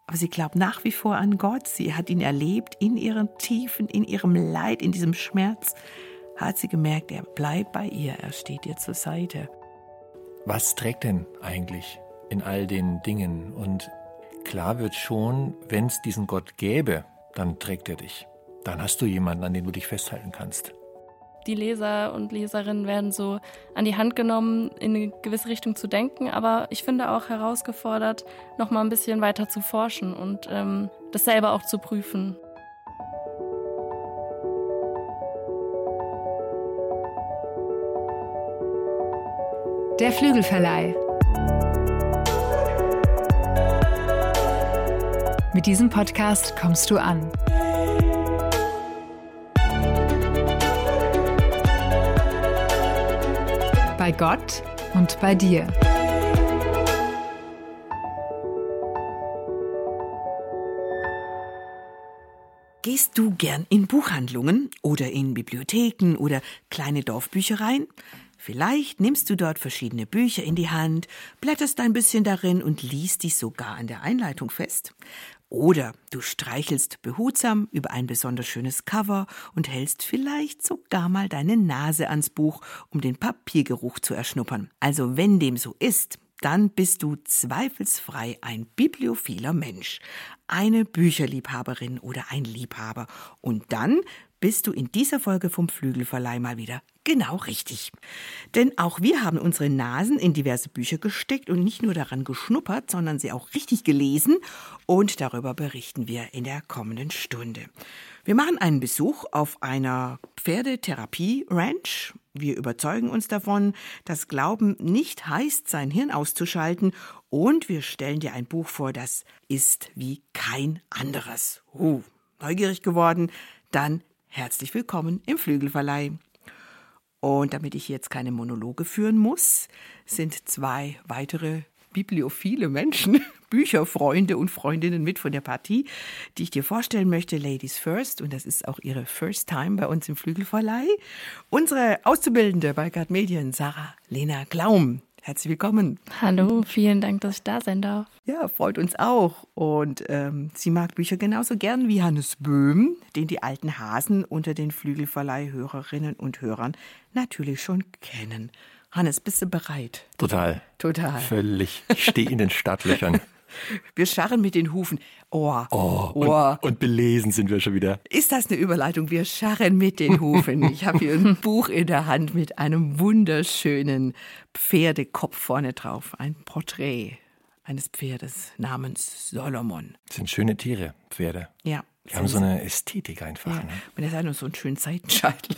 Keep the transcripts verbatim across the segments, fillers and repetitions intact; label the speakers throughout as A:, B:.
A: Aber sie glaubt nach wie vor an Gott. Sie hat ihn erlebt in ihren Tiefen, in ihrem Leid, in diesem Schmerz. Hat sie gemerkt, er bleibt bei ihr, er steht ihr zur Seite.
B: Was trägt denn eigentlich in all den Dingen? Und klar wird schon, wenn es diesen Gott gäbe, dann trägt er dich. Dann hast du jemanden, an den du dich festhalten kannst.
C: Die Leser und Leserinnen werden so an die Hand genommen, in eine gewisse Richtung zu denken, aber ich finde auch herausgefordert, noch mal ein bisschen weiter zu forschen und ähm, das selber auch zu prüfen.
D: Der Flügelverleih. Mit diesem Podcast kommst du an. Bei Gott und bei dir.
A: Gehst du gern in Buchhandlungen oder in Bibliotheken oder kleine Dorfbüchereien? Vielleicht nimmst du dort verschiedene Bücher in die Hand, blätterst ein bisschen darin und liest dich sogar an der Einleitung fest. Oder du streichelst behutsam über ein besonders schönes Cover und hältst vielleicht sogar mal deine Nase ans Buch, um den Papiergeruch zu erschnuppern. Also wenn dem so ist, dann bist du zweifelsfrei ein bibliophiler Mensch, eine Bücherliebhaberin oder ein Liebhaber. Und dann bist du in dieser Folge vom Flügelverleih mal wieder genau richtig. Denn auch wir haben unsere Nasen in diverse Bücher gesteckt und nicht nur daran geschnuppert, sondern sie auch richtig gelesen. Und darüber berichten wir in der kommenden Stunde. Wir machen einen Besuch auf einer Pferdetherapie-Ranch. Wir überzeugen uns davon, dass Glauben nicht heißt, sein Hirn auszuschalten. Und wir stellen dir ein Buch vor, das ist wie kein anderes. Uh, neugierig geworden? Dann herzlich willkommen im Flügelverleih. Und damit ich jetzt keine Monologe führen muss, sind zwei weitere bibliophile Menschen, Bücherfreunde und Freundinnen mit von der Partie, die ich dir vorstellen möchte. Ladies first, und das ist auch ihre First Time bei uns im Flügelverleih. Unsere Auszubildende bei Gard Medien, Sarah-Lena Glaum. Herzlich willkommen.
C: Hallo, vielen Dank, dass ich da sein darf.
A: Ja, freut uns auch. Und ähm, sie mag Bücher genauso gern wie Hannes Böhm, den die alten Hasen unter den Flügelverleih-Hörerinnen und Hörern natürlich schon kennen. Hannes, bist du bereit?
B: Total.
A: Total.
B: Völlig. Ich stehe in den Startlöchern.
A: Wir scharren mit den Hufen. Oh,
B: oh,
A: oh.
B: Und, und belesen sind wir schon wieder.
A: Ist das eine Überleitung? Wir scharren mit den Hufen. Ich habe hier ein Buch in der Hand mit einem wunderschönen Pferdekopf vorne drauf. Ein Porträt eines Pferdes namens Solomon.
B: Das sind schöne Tiere, Pferde.
A: Ja.
B: Die haben so eine Ästhetik einfach.
A: Ja.
B: Ne?
A: Und das hat noch so einen schönen Seitenscheitel.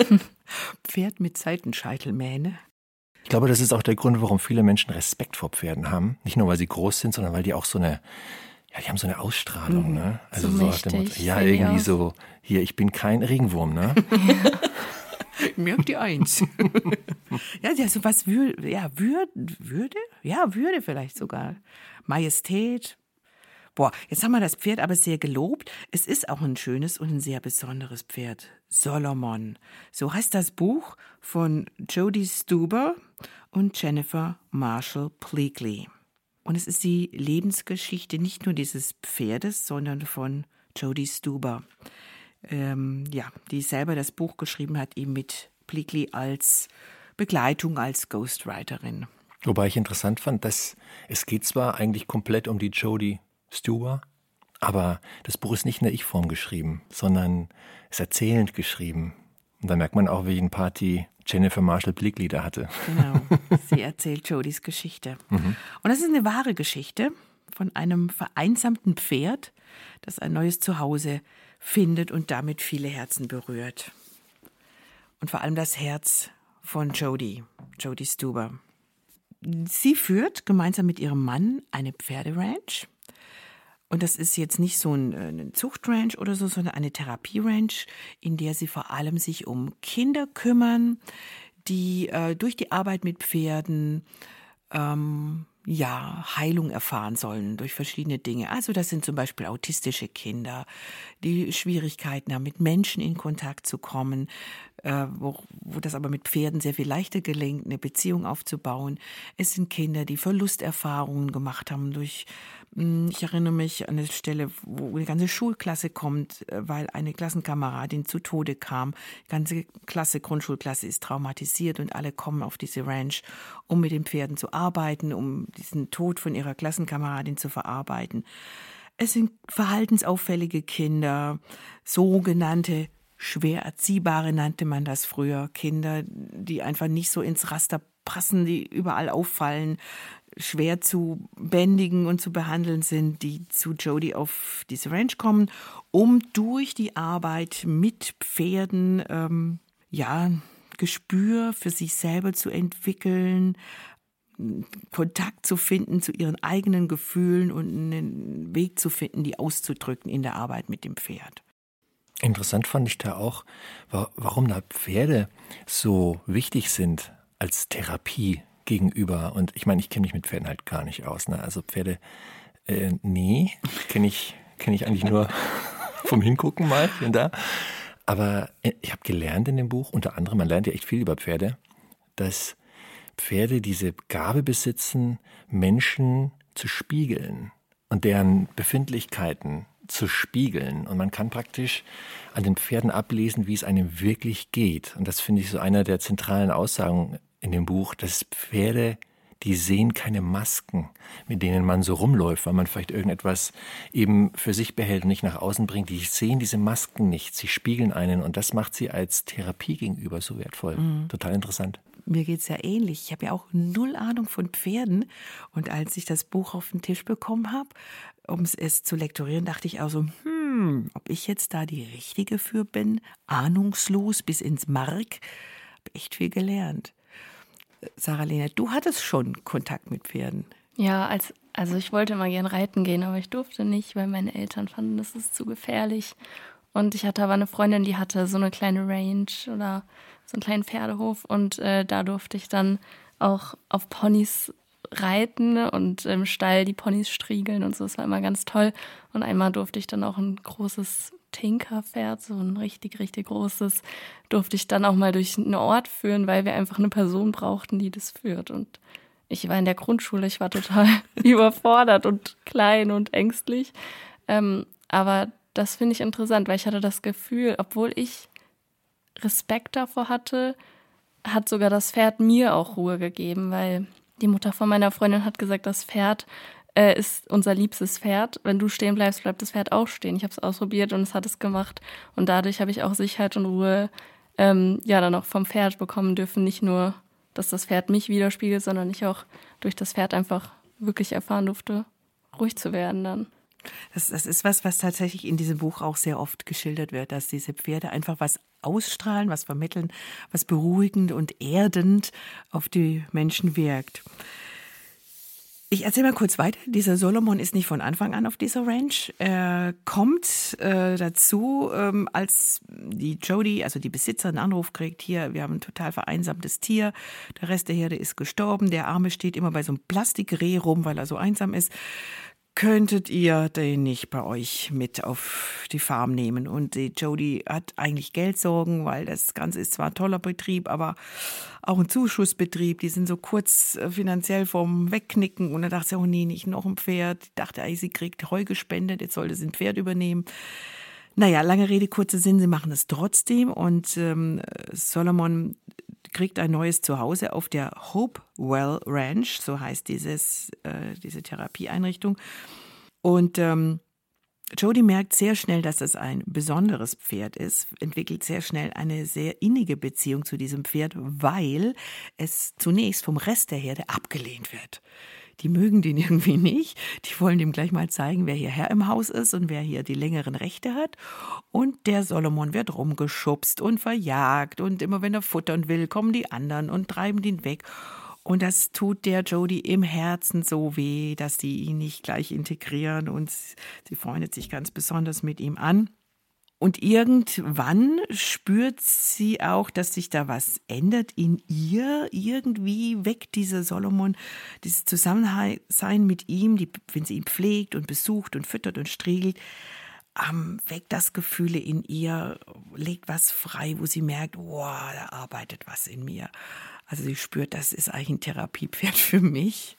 A: Pferd mit Seitenscheitelmähne.
B: Ich glaube, das ist auch der Grund, warum viele Menschen Respekt vor Pferden haben. Nicht nur, weil sie groß sind, sondern weil die auch so eine, ja, die haben so eine Ausstrahlung, ne? Also
C: so
B: so
C: mächtig,
B: dem Motto, ja, irgendwie so, hier, ich bin kein Regenwurm, ne?
A: Merkt ihr eins. Ja, ja, so was Würde, ja, Würde, Würde? Ja, Würde vielleicht sogar. Majestät. Boah, jetzt haben wir das Pferd aber sehr gelobt. Es ist auch ein schönes und ein sehr besonderes Pferd. Solomon. So heißt das Buch von Jody Stuber und Jennifer Marshall Pleakley. Und es ist die Lebensgeschichte nicht nur dieses Pferdes, sondern von Jody Stuber. Ähm, ja, die selber das Buch geschrieben hat, ihm mit Pleakley als Begleitung, als Ghostwriterin.
B: Wobei ich interessant fand, dass es geht zwar eigentlich komplett um die Jody Stuber, aber das Buch ist nicht in der Ich-Form geschrieben, sondern ist erzählend geschrieben. Und da merkt man auch, welchen Party Jennifer Marshall Pleakley da hatte.
A: Genau, sie erzählt Jodys Geschichte. Mhm. Und das ist eine wahre Geschichte von einem vereinsamten Pferd, das ein neues Zuhause findet und damit viele Herzen berührt. Und vor allem das Herz von Jody, Jody Stuber. Sie führt gemeinsam mit ihrem Mann eine Pferderanch. Und das ist jetzt nicht so ein, ein Zuchtranch oder so, sondern eine Therapieranch, in der sie vor allem sich um Kinder kümmern, die äh, durch die Arbeit mit Pferden ähm, ja, Heilung erfahren sollen durch verschiedene Dinge. Also das sind zum Beispiel autistische Kinder, die Schwierigkeiten haben, mit Menschen in Kontakt zu kommen, äh, wo, wo das aber mit Pferden sehr viel leichter gelingt, eine Beziehung aufzubauen. Es sind Kinder, die Verlusterfahrungen gemacht haben durch Ich erinnere mich an eine Stelle, wo eine ganze Schulklasse kommt, weil eine Klassenkameradin zu Tode kam. Die ganze Klasse, Grundschulklasse ist traumatisiert und alle kommen auf diese Ranch, um mit den Pferden zu arbeiten, um diesen Tod von ihrer Klassenkameradin zu verarbeiten. Es sind verhaltensauffällige Kinder, sogenannte schwer erziehbare nannte man das früher, Kinder, die einfach nicht so ins Raster passen, die überall auffallen, schwer zu bändigen und zu behandeln sind, die zu Jody auf diese Ranch kommen, um durch die Arbeit mit Pferden ähm, ja Gespür für sich selber zu entwickeln, Kontakt zu finden zu ihren eigenen Gefühlen und einen Weg zu finden, die auszudrücken in der Arbeit mit dem Pferd.
B: Interessant fand ich da auch, warum da Pferde so wichtig sind als Therapie gegenüber. Und ich meine, ich kenne mich mit Pferden halt gar nicht aus. Ne? Also Pferde, äh, nee, kenne ich, kenn ich eigentlich nur vom Hingucken mal hier und da. Aber ich habe gelernt in dem Buch, unter anderem, man lernt ja echt viel über Pferde, dass Pferde diese Gabe besitzen, Menschen zu spiegeln und deren Befindlichkeiten zu spiegeln. Und man kann praktisch an den Pferden ablesen, wie es einem wirklich geht. Und das finde ich so einer der zentralen Aussagen in dem Buch, dass Pferde, die sehen keine Masken, mit denen man so rumläuft, weil man vielleicht irgendetwas eben für sich behält und nicht nach außen bringt. Die sehen diese Masken nicht, sie spiegeln einen und das macht sie als Therapie gegenüber so wertvoll. Mhm. Total interessant.
A: Mir geht's ja ähnlich. Ich habe ja auch null Ahnung von Pferden. Und als ich das Buch auf den Tisch bekommen habe, um es zu lektorieren, dachte ich auch so, hm, ob ich jetzt da die Richtige für bin, ahnungslos bis ins Mark. Habe echt viel gelernt. Sarah-Lena, du hattest schon Kontakt mit Pferden.
C: Ja, als, also ich wollte immer gern reiten gehen, aber ich durfte nicht, weil meine Eltern fanden, das ist zu gefährlich. Und ich hatte aber eine Freundin, die hatte so eine kleine Range oder so einen kleinen Pferdehof und äh, da durfte ich dann auch auf Ponys reiten und im Stall die Ponys striegeln und so. Das war immer ganz toll. Und einmal durfte ich dann auch ein großes Tinkerpferd, so ein richtig, richtig großes, durfte ich dann auch mal durch einen Ort führen, weil wir einfach eine Person brauchten, die das führt. Und ich war in der Grundschule, ich war total überfordert und klein und ängstlich. Ähm, aber das finde ich interessant, weil ich hatte das Gefühl, obwohl ich Respekt davor hatte, hat sogar das Pferd mir auch Ruhe gegeben, weil die Mutter von meiner Freundin hat gesagt, das Pferd äh, ist unser liebstes Pferd. Wenn du stehen bleibst, bleibt das Pferd auch stehen. Ich habe es ausprobiert und es hat es gemacht. Und dadurch habe ich auch Sicherheit und Ruhe ähm, ja dann auch vom Pferd bekommen dürfen. Nicht nur, dass das Pferd mich widerspiegelt, sondern ich auch durch das Pferd einfach wirklich erfahren durfte, ruhig zu werden dann.
A: Das, das ist was, was tatsächlich in diesem Buch auch sehr oft geschildert wird, dass diese Pferde einfach was ausstrahlen, was vermitteln, was beruhigend und erdend auf die Menschen wirkt. Ich erzähle mal kurz weiter. Dieser Solomon ist nicht von Anfang an auf dieser Ranch. Er kommt äh, dazu, ähm, als die Jody, also die Besitzerin, einen Anruf kriegt, hier, wir haben ein total vereinsamtes Tier, der Rest der Herde ist gestorben, der Arme steht immer bei so einem Plastikreh rum, weil er so einsam ist. Könntet ihr den nicht bei euch mit auf die Farm nehmen? Und die Jody hat eigentlich Geldsorgen, weil das Ganze ist zwar ein toller Betrieb, aber auch ein Zuschussbetrieb. Die sind so kurz finanziell vom Wegknicken. Und dann dachte sie, oh nee, nicht noch ein Pferd. Ich dachte eigentlich, sie kriegt Heu gespendet, jetzt sollte sie ein Pferd übernehmen. Naja, lange Rede, kurzer Sinn, sie machen es trotzdem. Und ähm, Solomon kriegt ein neues Zuhause auf der Hopewell Ranch, so heißt dieses, äh, diese Therapieeinrichtung. Und ähm, Jody merkt sehr schnell, dass das ein besonderes Pferd ist, entwickelt sehr schnell eine sehr innige Beziehung zu diesem Pferd, weil es zunächst vom Rest der Herde abgelehnt wird. Die mögen den irgendwie nicht. Die wollen dem gleich mal zeigen, wer hier Herr im Haus ist und wer hier die längeren Rechte hat. Und der Solomon wird rumgeschubst und verjagt. Und immer wenn er futtern will, kommen die anderen und treiben den weg. Und das tut der Jody im Herzen so weh, dass die ihn nicht gleich integrieren. Und sie freundet sich ganz besonders mit ihm an. Und irgendwann spürt sie auch, dass sich da was ändert in ihr. Irgendwie weckt dieser Solomon dieses Zusammensein mit ihm, die, wenn sie ihn pflegt und besucht und füttert und striegelt, ähm, weckt das Gefühle in ihr, legt was frei, wo sie merkt, wow, da arbeitet was in mir. Also sie spürt, das ist eigentlich ein Therapiepferd für mich.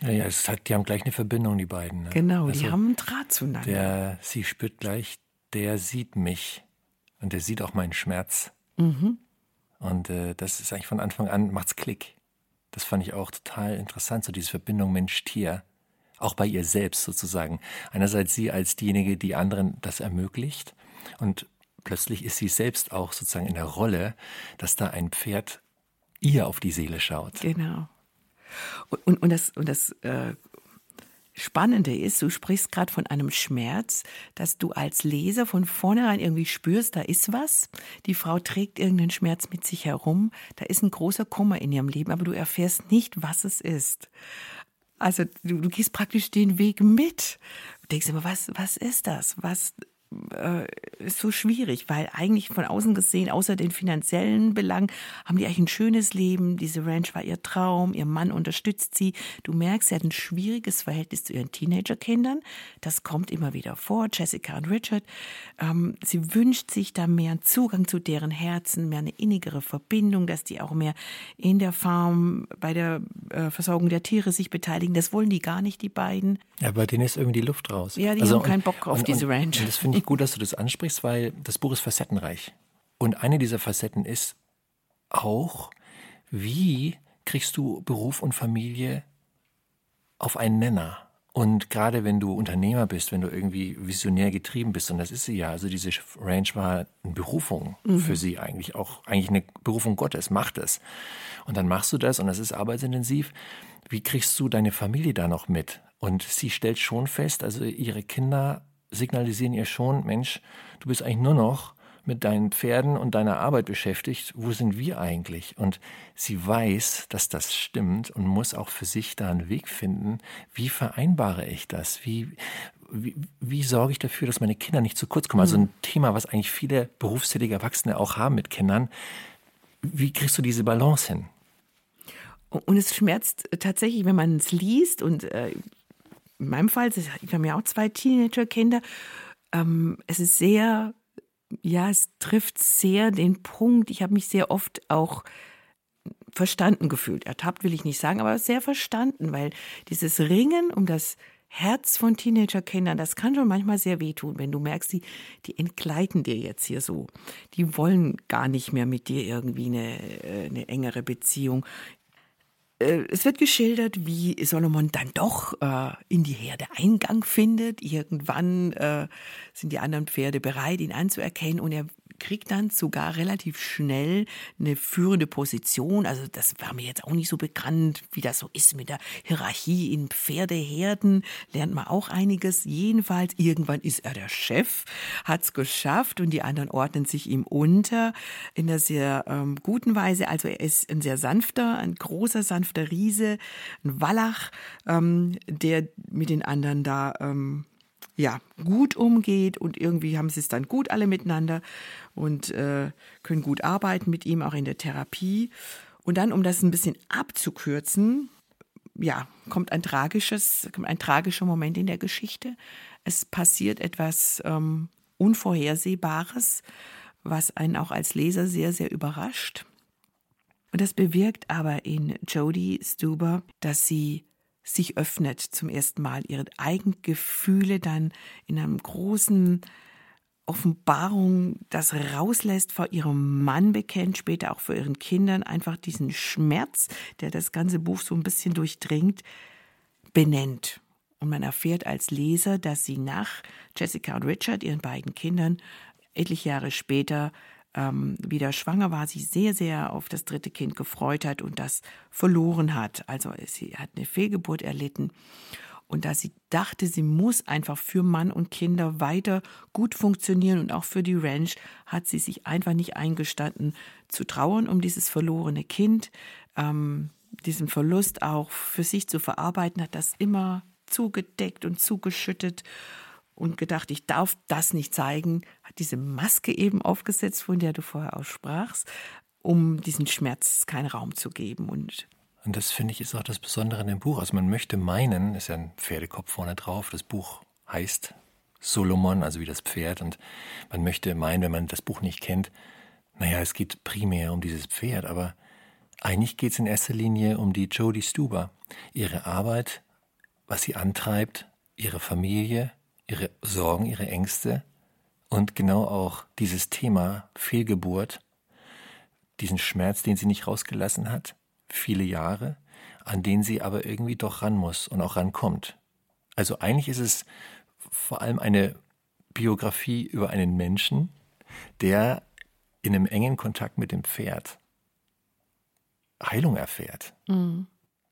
B: Ja, ja, es hat, die haben gleich eine Verbindung, die beiden. Ne?
A: Genau,
B: also
A: die haben einen Draht zueinander.
B: Der, sie spürt gleich, der sieht mich und der sieht auch meinen Schmerz.
A: Mhm.
B: Und äh, das ist eigentlich von Anfang an, macht's Klick. Das fand ich auch total interessant, so diese Verbindung Mensch-Tier. Auch bei ihr selbst sozusagen. Einerseits sie als diejenige, die anderen das ermöglicht. Und plötzlich ist sie selbst auch sozusagen in der Rolle, dass da ein Pferd ihr auf die Seele schaut.
A: Genau. Und, und, und das, und das äh, Spannende ist, du sprichst gerade von einem Schmerz, dass du als Leser von vornherein irgendwie spürst, da ist was. Die Frau trägt irgendeinen Schmerz mit sich herum. Da ist ein großer Kummer in ihrem Leben, aber du erfährst nicht, was es ist. Also du, du gehst praktisch den Weg mit. Du denkst immer, was, was ist das? Was äh, ist so schwierig? Weil eigentlich von außen gesehen, außer den finanziellen Belangen, haben die eigentlich ein schönes Leben. Diese Ranch war ihr Traum, ihr Mann unterstützt sie. Du merkst, sie hat ein schwieriges Verhältnis zu ihren Teenagerkindern. Das kommt immer wieder vor, Jessica und Richard. Ähm, sie wünscht sich da mehr einen Zugang zu deren Herzen, mehr eine innigere Verbindung, dass die auch mehr in der Farm, bei der äh, Versorgung der Tiere sich beteiligen. Das wollen die gar nicht, die beiden.
B: Ja, bei denen ist irgendwie die Luft raus.
A: Ja, die
B: also,
A: haben keinen
B: und,
A: Bock auf
B: und,
A: diese
B: und,
A: Ranch.
B: Und das finde ich gut, dass du das ansprichst, weil das Buch ist facettenreich. Und eine dieser Facetten ist auch, wie kriegst du Beruf und Familie auf einen Nenner? Und gerade wenn du Unternehmer bist, wenn du irgendwie visionär getrieben bist, und das ist sie ja, also diese Ranch war eine Berufung mhm. für sie eigentlich, auch eigentlich eine Berufung Gottes, macht es. Und dann machst du das und das ist arbeitsintensiv. Wie kriegst du deine Familie da noch mit? Und sie stellt schon fest, also ihre Kinder signalisieren ihr schon, Mensch, du bist eigentlich nur noch mit deinen Pferden und deiner Arbeit beschäftigt. Wo sind wir eigentlich? Und sie weiß, dass das stimmt und muss auch für sich da einen Weg finden. Wie vereinbare ich das? Wie, wie, wie sorge ich dafür, dass meine Kinder nicht zu kurz kommen? Also ein Thema, was eigentlich viele berufstätige Erwachsene auch haben mit Kindern. Wie kriegst du diese Balance hin?
A: Und es schmerzt tatsächlich, wenn man es liest. Und äh, in meinem Fall, ich habe ja auch zwei Teenager-Kinder, ähm, es ist sehr... Ja, es trifft sehr den Punkt. Ich habe mich sehr oft auch verstanden gefühlt. Ertappt will ich nicht sagen, aber sehr verstanden, weil dieses Ringen um das Herz von Teenagerkindern, das kann schon manchmal sehr wehtun, wenn du merkst, die, die entgleiten dir jetzt hier so. Die wollen gar nicht mehr mit dir irgendwie eine, eine engere Beziehung. Es wird geschildert, wie Solomon dann doch äh, in die Herde Eingang findet. Irgendwann äh, sind die anderen Pferde bereit, ihn anzuerkennen, und er kriegt dann sogar relativ schnell eine führende Position. Also das war mir jetzt auch nicht so bekannt, wie das so ist mit der Hierarchie in Pferdeherden. Lernt man auch einiges. Jedenfalls, irgendwann ist er der Chef, hat's geschafft, und die anderen ordnen sich ihm unter in einer sehr ähm, guten Weise. Also er ist ein sehr sanfter, ein großer, sanfter Riese, ein Wallach, ähm, der mit den anderen da ähm, ja, gut umgeht, und irgendwie haben sie es dann gut alle miteinander und äh, können gut arbeiten mit ihm, auch in der Therapie. Und dann, um das ein bisschen abzukürzen, ja, kommt ein tragisches, kommt ein tragischer Moment in der Geschichte. Es passiert etwas ähm, Unvorhersehbares, was einen auch als Leser sehr, sehr überrascht. Und das bewirkt aber in Jodie Stuber, dass sie sich öffnet zum ersten Mal, ihre eigenen Gefühle dann in einem großen Offenbarung das rauslässt, vor ihrem Mann bekennt, später auch vor ihren Kindern, einfach diesen Schmerz, der das ganze Buch so ein bisschen durchdringt, benennt. Und man erfährt als Leser, dass sie nach Jessica und Richard, ihren beiden Kindern, etliche Jahre später ähm, wieder schwanger war, sie sehr, sehr auf das dritte Kind gefreut hat und das verloren hat. Also sie hat eine Fehlgeburt erlitten. Und da sie dachte, sie muss einfach für Mann und Kinder weiter gut funktionieren und auch für die Ranch, hat sie sich einfach nicht eingestanden, zu trauern um dieses verlorene Kind, ähm, diesen Verlust auch für sich zu verarbeiten, hat das immer zugedeckt und zugeschüttet und gedacht, ich darf das nicht zeigen, hat diese Maske eben aufgesetzt, von der du vorher auch sprachst, um diesen Schmerz keinen Raum zu geben. Und
B: Und das, finde ich, ist auch das Besondere in dem Buch. Also man möchte meinen, ist ja ein Pferdekopf vorne drauf, das Buch heißt Solomon, also wie das Pferd. Und man möchte meinen, wenn man das Buch nicht kennt, naja, es geht primär um dieses Pferd. Aber eigentlich geht es in erster Linie um die Jodie Stuber. Ihre Arbeit was sie antreibt, ihre Familie, ihre Sorgen, ihre Ängste und genau auch dieses Thema Fehlgeburt, diesen Schmerz, den sie nicht rausgelassen hat, viele Jahre, an den sie aber irgendwie doch ran muss und auch rankommt. Also eigentlich ist es vor allem eine Biografie über einen Menschen, der in einem engen Kontakt mit dem Pferd Heilung erfährt.
A: Mhm.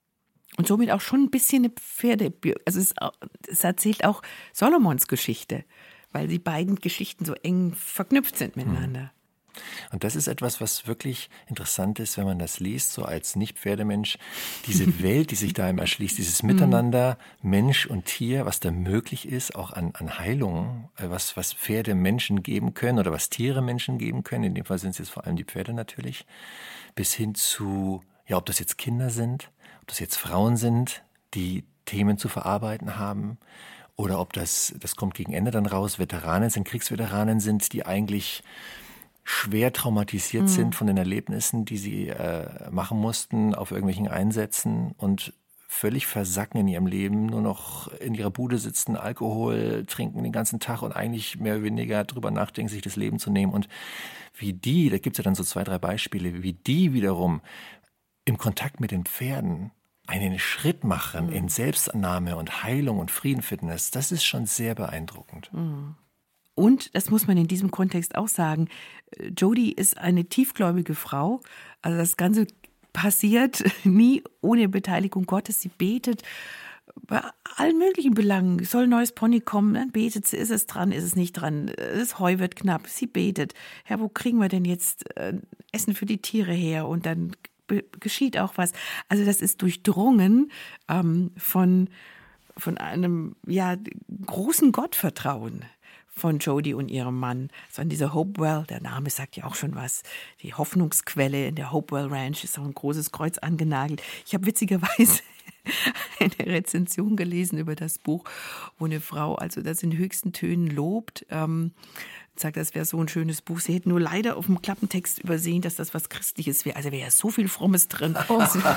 A: Und somit auch schon ein bisschen eine Pferde... Also es, es erzählt auch Solomons Geschichte, weil die beiden Geschichten so eng verknüpft sind miteinander.
B: Und das ist etwas, was wirklich interessant ist, wenn man das liest, so als Nicht-Pferdemensch. Diese Welt, die sich da ihm erschließt, dieses Miteinander, Mensch und Tier, was da möglich ist, auch an, an Heilung, was, was Pferde Menschen geben können oder was Tiere Menschen geben können. In dem Fall sind es jetzt vor allem die Pferde natürlich. Bis hin zu, ja, ob das jetzt Kinder sind, ob das jetzt Frauen sind, die Themen zu verarbeiten haben. Oder ob das, das kommt gegen Ende dann raus, Veteranen sind, Kriegsveteranen sind, die eigentlich schwer traumatisiert mhm. sind von den Erlebnissen, die sie äh, machen mussten auf irgendwelchen Einsätzen und völlig versacken in ihrem Leben, nur noch in ihrer Bude sitzen, Alkohol trinken den ganzen Tag und eigentlich mehr oder weniger drüber nachdenken, sich das Leben zu nehmen. Und wie die, da gibt es ja dann so zwei, drei Beispiele, wie die wiederum im Kontakt mit den Pferden einen Schritt machen mhm. in Selbstannahme und Heilung und Frieden finden, das, das ist schon sehr beeindruckend.
A: Mhm. Und, das muss man in diesem Kontext auch sagen, Jody ist eine tiefgläubige Frau. Also das Ganze passiert nie ohne Beteiligung Gottes. Sie betet bei allen möglichen Belangen. Soll ein neues Pony kommen, dann betet sie. Ist es dran, ist es nicht dran? Das Heu wird knapp. Sie betet. Herr, wo kriegen wir denn jetzt Essen für die Tiere her? Und dann geschieht auch was. Also das ist durchdrungen ähm, von, von einem ja, großen Gottvertrauen von Jody und ihrem Mann. So an dieser Hopewell, der Name sagt ja auch schon was, die Hoffnungsquelle in der Hopewell Ranch ist auch ein großes Kreuz angenagelt. Ich habe witzigerweise eine Rezension gelesen über das Buch, wo eine Frau also das in höchsten Tönen lobt, ähm, sagt, das wäre so ein schönes Buch. Sie hätten nur leider auf dem Klappentext übersehen, dass das was Christliches wäre. Also wäre ja so viel Frommes drin. Oh.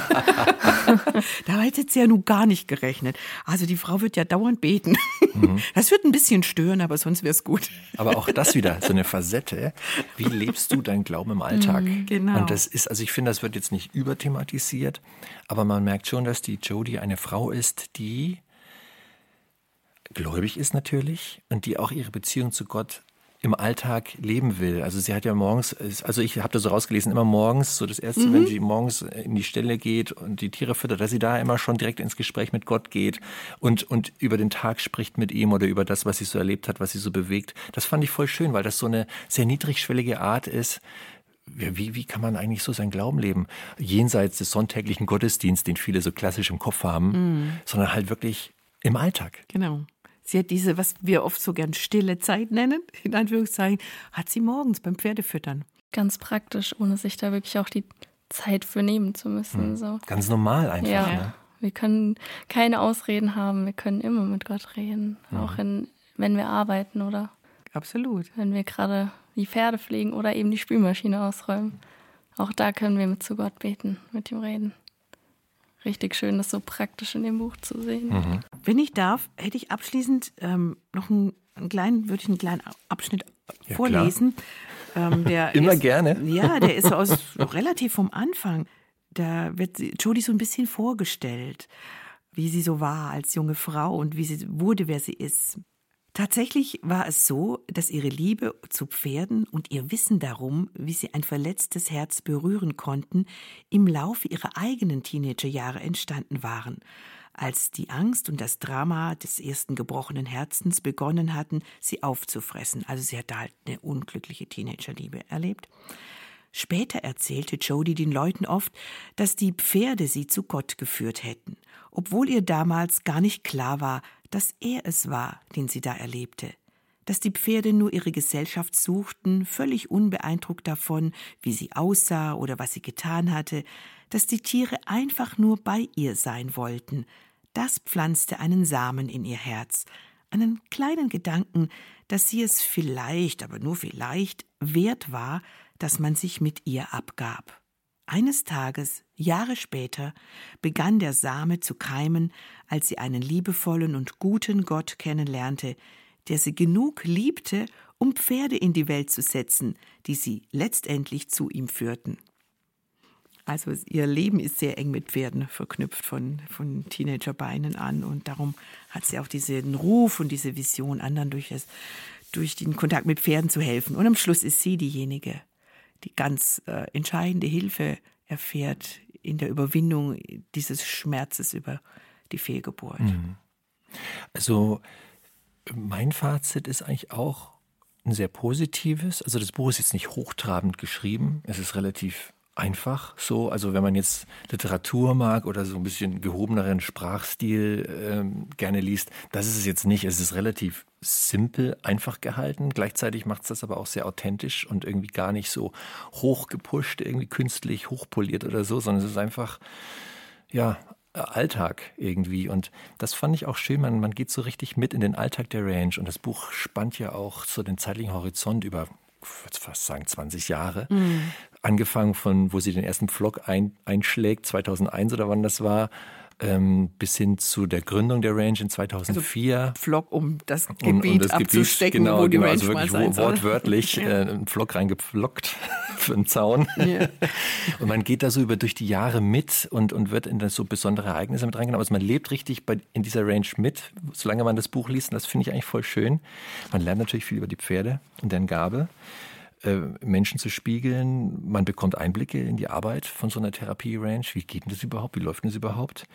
A: Da hätte sie ja nun gar nicht gerechnet. Also die Frau wird ja dauernd beten. Mhm. Das wird ein bisschen stören, aber sonst wäre es gut.
B: Aber auch das wieder, so eine Facette. Wie lebst du deinen Glauben im Alltag?
A: Mhm, genau.
B: Und das ist, also ich finde, das wird jetzt nicht überthematisiert, aber man merkt schon, dass die Jody eine Frau ist, die gläubig ist natürlich und die auch ihre Beziehung zu Gott im Alltag leben will. Also sie hat ja morgens, also ich habe das so rausgelesen, immer morgens, so das Erste, mhm. wenn sie morgens in die Ställe geht und die Tiere füttert, dass sie da immer schon direkt ins Gespräch mit Gott geht und, und über den Tag spricht mit ihm oder über das, was sie so erlebt hat, was sie so bewegt. Das fand ich voll schön, weil das so eine sehr niedrigschwellige Art ist. Wie, wie kann man eigentlich so seinen Glauben leben? Jenseits des sonntäglichen Gottesdienstes, den viele so klassisch im Kopf haben, mhm. sondern halt wirklich im Alltag.
A: Genau. Sie hat diese, was wir oft so gern stille Zeit nennen, in Anführungszeichen, hat sie morgens beim Pferdefüttern.
C: Ganz praktisch, ohne sich da wirklich auch die Zeit für nehmen zu müssen. Hm. So.
B: Ganz normal einfach.
C: Ja,
B: ne?
C: Wir können keine Ausreden haben, wir können immer mit Gott reden, hm. auch in, wenn wir arbeiten oder
A: absolut,
C: wenn wir gerade die Pferde pflegen oder eben die Spülmaschine ausräumen. Auch da können wir mit zu Gott beten, mit ihm reden. Richtig schön, das so praktisch in dem Buch zu sehen.
A: Mhm. Wenn ich darf, hätte ich abschließend ähm, noch einen, einen kleinen, würde ich einen kleinen Abschnitt ja, vorlesen. Ähm, der
B: Immer
A: ist,
B: gerne.
A: Ja, der ist aus relativ vom Anfang. Da wird Jody so ein bisschen vorgestellt, wie sie so war als junge Frau und wie sie wurde, wer sie ist. Tatsächlich war es so, dass ihre Liebe zu Pferden und ihr Wissen darum, wie sie ein verletztes Herz berühren konnten, im Laufe ihrer eigenen Teenagerjahre entstanden waren, als die Angst und das Drama des ersten gebrochenen Herzens begonnen hatten, sie aufzufressen. Also sie hatte halt eine unglückliche Teenagerliebe erlebt. Später erzählte Jody den Leuten oft, dass die Pferde sie zu Gott geführt hätten, obwohl ihr damals gar nicht klar war, dass er es war, den sie da erlebte. Dass die Pferde nur ihre Gesellschaft suchten, völlig unbeeindruckt davon, wie sie aussah oder was sie getan hatte. Dass die Tiere einfach nur bei ihr sein wollten. Das pflanzte einen Samen in ihr Herz. Einen kleinen Gedanken, dass sie es vielleicht, aber nur vielleicht, wert war, dass man sich mit ihr abgab. Eines Tages, Jahre später, begann der Same zu keimen, als sie einen liebevollen und guten Gott kennenlernte, der sie genug liebte, um Pferde in die Welt zu setzen, die sie letztendlich zu ihm führten. Also ihr Leben ist sehr eng mit Pferden verknüpft von, von Teenagerbeinen an und darum hat sie auch diesen Ruf und diese Vision, anderen durch, das, durch den Kontakt mit Pferden zu helfen. Und am Schluss ist sie diejenige, die ganz äh, entscheidende Hilfe erfährt in der Überwindung dieses Schmerzes über die Fehlgeburt.
B: Also mein Fazit ist eigentlich auch ein sehr positives. Also das Buch ist jetzt nicht hochtrabend geschrieben, es ist relativ einfach so. Also wenn man jetzt Literatur mag oder so ein bisschen gehobeneren Sprachstil ähm, gerne liest, das ist es jetzt nicht. Es ist relativ simpel, einfach gehalten. Gleichzeitig macht es das aber auch sehr authentisch und irgendwie gar nicht so hochgepusht, irgendwie künstlich hochpoliert oder so, sondern es ist einfach, ja, Alltag irgendwie. Und das fand ich auch schön. Man, man geht so richtig mit in den Alltag der Ranch. Und das Buch spannt ja auch so den zeitlichen Horizont über, ich würde fast sagen, zwanzig Jahre. Mhm. Angefangen von, wo sie den ersten Pflock ein, einschlägt, zweitausendeins oder wann das war, ähm, bis hin zu der Gründung der Ranch in zweitausendvier.
A: Also Pflock, um das Gebiet
B: um, um das
A: abzustecken,
B: Gebiet, genau,
A: wo die
B: genau,
A: Ranch
B: also wirklich
A: mal sein soll.
B: Wortwörtlich
A: Ja.
B: äh, einen Pflock reingepflockt für einen Zaun. Ja. Und man geht da so über durch die Jahre mit und, und wird in das so besondere Ereignisse mit reingenommen. Also man lebt richtig bei, in dieser Ranch mit, solange man das Buch liest. Und das finde ich eigentlich voll schön. Man lernt natürlich viel über die Pferde und deren Gabe, äh, Menschen zu spiegeln. Man bekommt Einblicke in die Arbeit von so einer Therapie-Ranch. Wie geht denn das überhaupt? Wie läuft denn das überhaupt?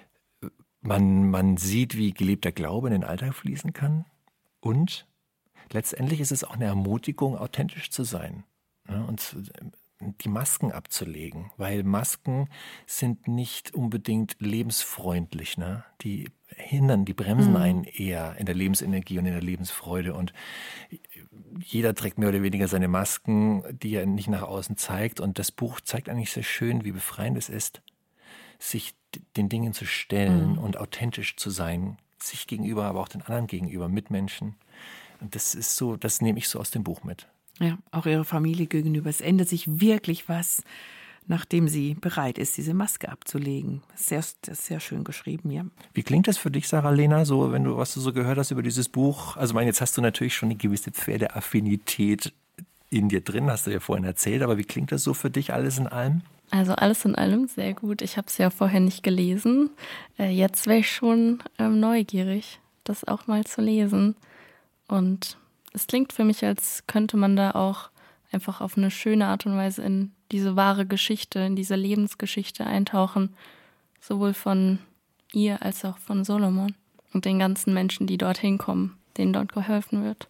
B: Man, man sieht, wie gelebter Glaube in den Alltag fließen kann. Und letztendlich ist es auch eine Ermutigung, authentisch zu sein, ne? Und die Masken abzulegen. Weil Masken sind nicht unbedingt lebensfreundlich. Ne? Die hindern, die bremsen mhm. einen eher in der Lebensenergie und in der Lebensfreude. Und jeder trägt mehr oder weniger seine Masken, die er nicht nach außen zeigt. Und das Buch zeigt eigentlich sehr schön, wie befreiend es ist, sich den Dingen zu stellen mhm. und authentisch zu sein, sich gegenüber, aber auch den anderen gegenüber, Mitmenschen. Und das ist so, das nehme ich so aus dem Buch mit.
A: Ja, auch ihrer Familie gegenüber. Es ändert sich wirklich was, nachdem sie bereit ist, diese Maske abzulegen. Sehr, sehr schön geschrieben, ja.
B: Wie klingt das für dich, Sarah-Lena, so, wenn du, was du so gehört hast über dieses Buch? Also, ich meine, jetzt hast du natürlich schon eine gewisse Pferdeaffinität in dir drin, hast du ja vorhin erzählt, aber wie klingt das so für dich alles in allem?
C: Also alles in allem sehr gut. Ich habe es ja vorher nicht gelesen. Äh, jetzt wäre ich schon ähm, neugierig, das auch mal zu lesen. Und es klingt für mich, als könnte man da auch einfach auf eine schöne Art und Weise in diese wahre Geschichte, in diese Lebensgeschichte eintauchen. Sowohl von ihr als auch von Solomon und den ganzen Menschen, die dorthin kommen, denen dort geholfen wird.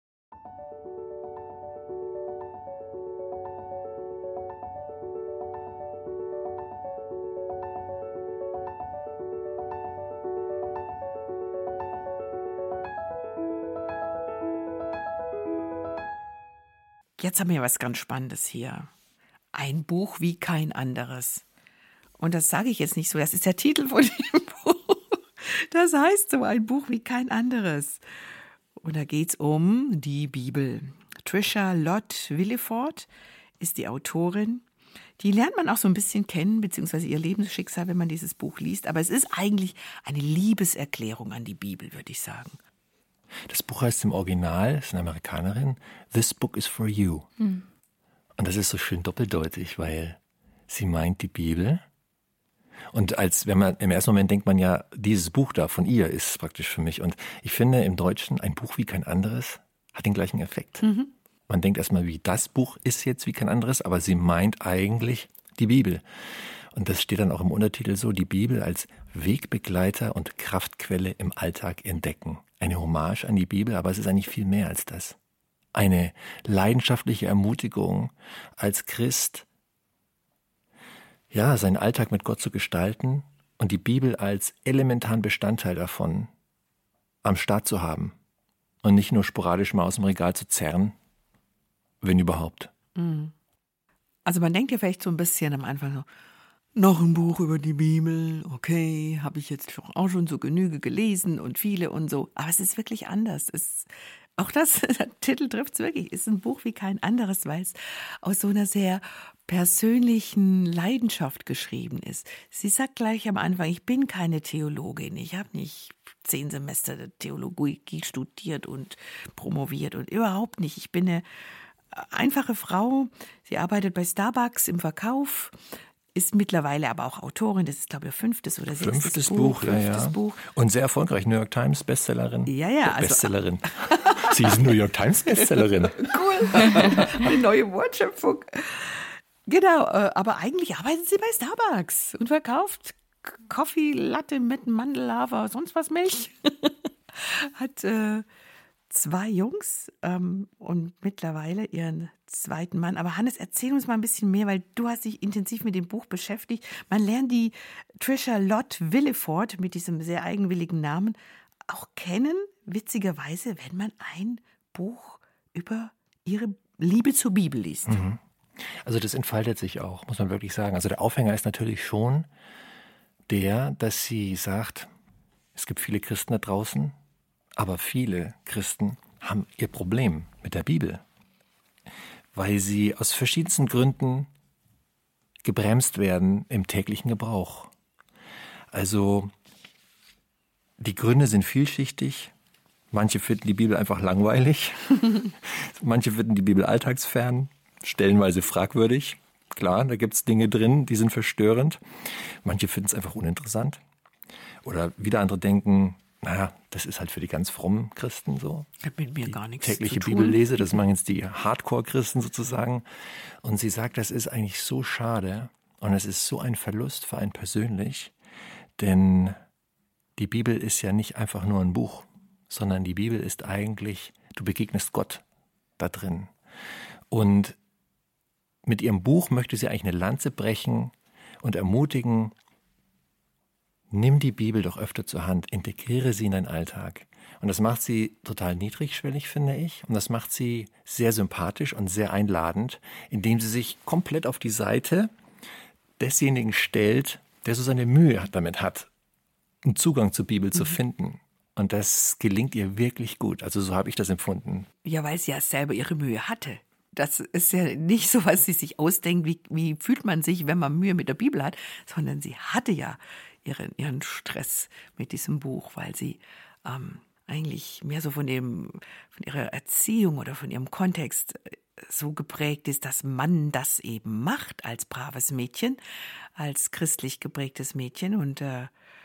A: Jetzt haben wir was ganz Spannendes hier. Ein Buch wie kein anderes. Und das sage ich jetzt nicht so, das ist der Titel von dem Buch. Das heißt so, ein Buch wie kein anderes. Und da geht es um die Bibel. Tricia Lott Willeford ist die Autorin. Die lernt man auch so ein bisschen kennen, beziehungsweise ihr Lebensschicksal, wenn man dieses Buch liest. Aber es ist eigentlich eine Liebeserklärung an die Bibel, würde ich sagen.
B: Das Buch heißt im Original, ist eine Amerikanerin, This Book is for You. Hm. Und das ist so schön doppeldeutig, weil sie meint die Bibel. Und als, wenn man, im ersten Moment denkt man ja, dieses Buch da von ihr ist praktisch für mich. Und ich finde im Deutschen, ein Buch wie kein anderes hat den gleichen Effekt. Mhm. Man denkt erstmal, wie das Buch ist jetzt wie kein anderes, aber sie meint eigentlich die Bibel. Und das steht dann auch im Untertitel so, die Bibel als Wegbegleiter und Kraftquelle im Alltag entdecken. Eine Hommage an die Bibel, aber es ist eigentlich viel mehr als das. Eine leidenschaftliche Ermutigung als Christ, ja, seinen Alltag mit Gott zu gestalten und die Bibel als elementaren Bestandteil davon am Start zu haben und nicht nur sporadisch mal aus dem Regal zu zerren, wenn überhaupt.
A: Also man denkt ja vielleicht so ein bisschen am Anfang so, noch ein Buch über die Bibel, okay, habe ich jetzt auch schon so Genüge gelesen und viele und so. Aber es ist wirklich anders. Es, auch das, der Titel trifft es wirklich, ist ein Buch wie kein anderes, weil es aus so einer sehr persönlichen Leidenschaft geschrieben ist. Sie sagt gleich am Anfang, ich bin keine Theologin, ich habe nicht zehn Semester Theologie studiert und promoviert und überhaupt nicht. Ich bin eine einfache Frau, sie arbeitet bei Starbucks im Verkauf, ist mittlerweile aber auch Autorin, das ist glaube ich ihr fünftes oder sechstes
B: Fünftes
A: Buch.
B: Buch,
A: fünftes
B: ja, ja.
A: Buch.
B: Und sehr erfolgreich, New York Times Bestsellerin.
A: Ja, ja.
B: Also, Bestsellerin. Sie ist New York Times Bestsellerin.
A: Cool, eine neue Wortschöpfung. Genau, aber eigentlich arbeitet sie bei Starbucks und verkauft Kaffee, Latte mit Mandelhafer, sonst was Milch. Hat äh, zwei Jungs ähm, und mittlerweile ihren zweiten Mann. Aber Hannes, erzähl uns mal ein bisschen mehr, weil du hast dich intensiv mit dem Buch beschäftigt. Man lernt die Tricia Lott Willeford mit diesem sehr eigenwilligen Namen auch kennen, witzigerweise, wenn man ein Buch über ihre Liebe zur Bibel liest.
B: Mhm. Also das entfaltet sich auch, muss man wirklich sagen. Also der Aufhänger ist natürlich schon der, dass sie sagt, es gibt viele Christen da draußen, aber viele Christen haben ihr Problem mit der Bibel, weil sie aus verschiedensten Gründen gebremst werden im täglichen Gebrauch. Also die Gründe sind vielschichtig. Manche finden die Bibel einfach langweilig, manche finden die Bibel alltagsfern, stellenweise fragwürdig. Klar, da gibt es Dinge drin, die sind verstörend. Manche finden es einfach uninteressant. Oder wieder andere denken, naja, das ist halt für die ganz frommen Christen so.
A: Hat mit mir
B: die
A: gar nichts
B: tägliche
A: zu tun.
B: Bibellese, das machen jetzt die Hardcore-Christen sozusagen. Und sie sagt, das ist eigentlich so schade und es ist so ein Verlust für einen persönlich, denn die Bibel ist ja nicht einfach nur ein Buch, sondern die Bibel ist eigentlich, du begegnest Gott da drin. Und mit ihrem Buch möchte sie eigentlich eine Lanze brechen und ermutigen, nimm die Bibel doch öfter zur Hand, integriere sie in deinen Alltag. Und das macht sie total niedrigschwellig, finde ich. Und das macht sie sehr sympathisch und sehr einladend, indem sie sich komplett auf die Seite desjenigen stellt, der so seine Mühe damit hat, einen Zugang zur Bibel mhm. zu finden. Und das gelingt ihr wirklich gut. Also so habe ich das empfunden.
A: Ja, weil sie ja selber ihre Mühe hatte. Das ist ja nicht so, was sie sich ausdenkt, wie, wie fühlt man sich, wenn man Mühe mit der Bibel hat, sondern sie hatte ja ihren, ihren Stress mit diesem Buch, weil sie ähm, eigentlich mehr so von, dem, von ihrer Erziehung oder von ihrem Kontext so geprägt ist, dass man das eben macht als braves Mädchen, als christlich geprägtes Mädchen. Und äh,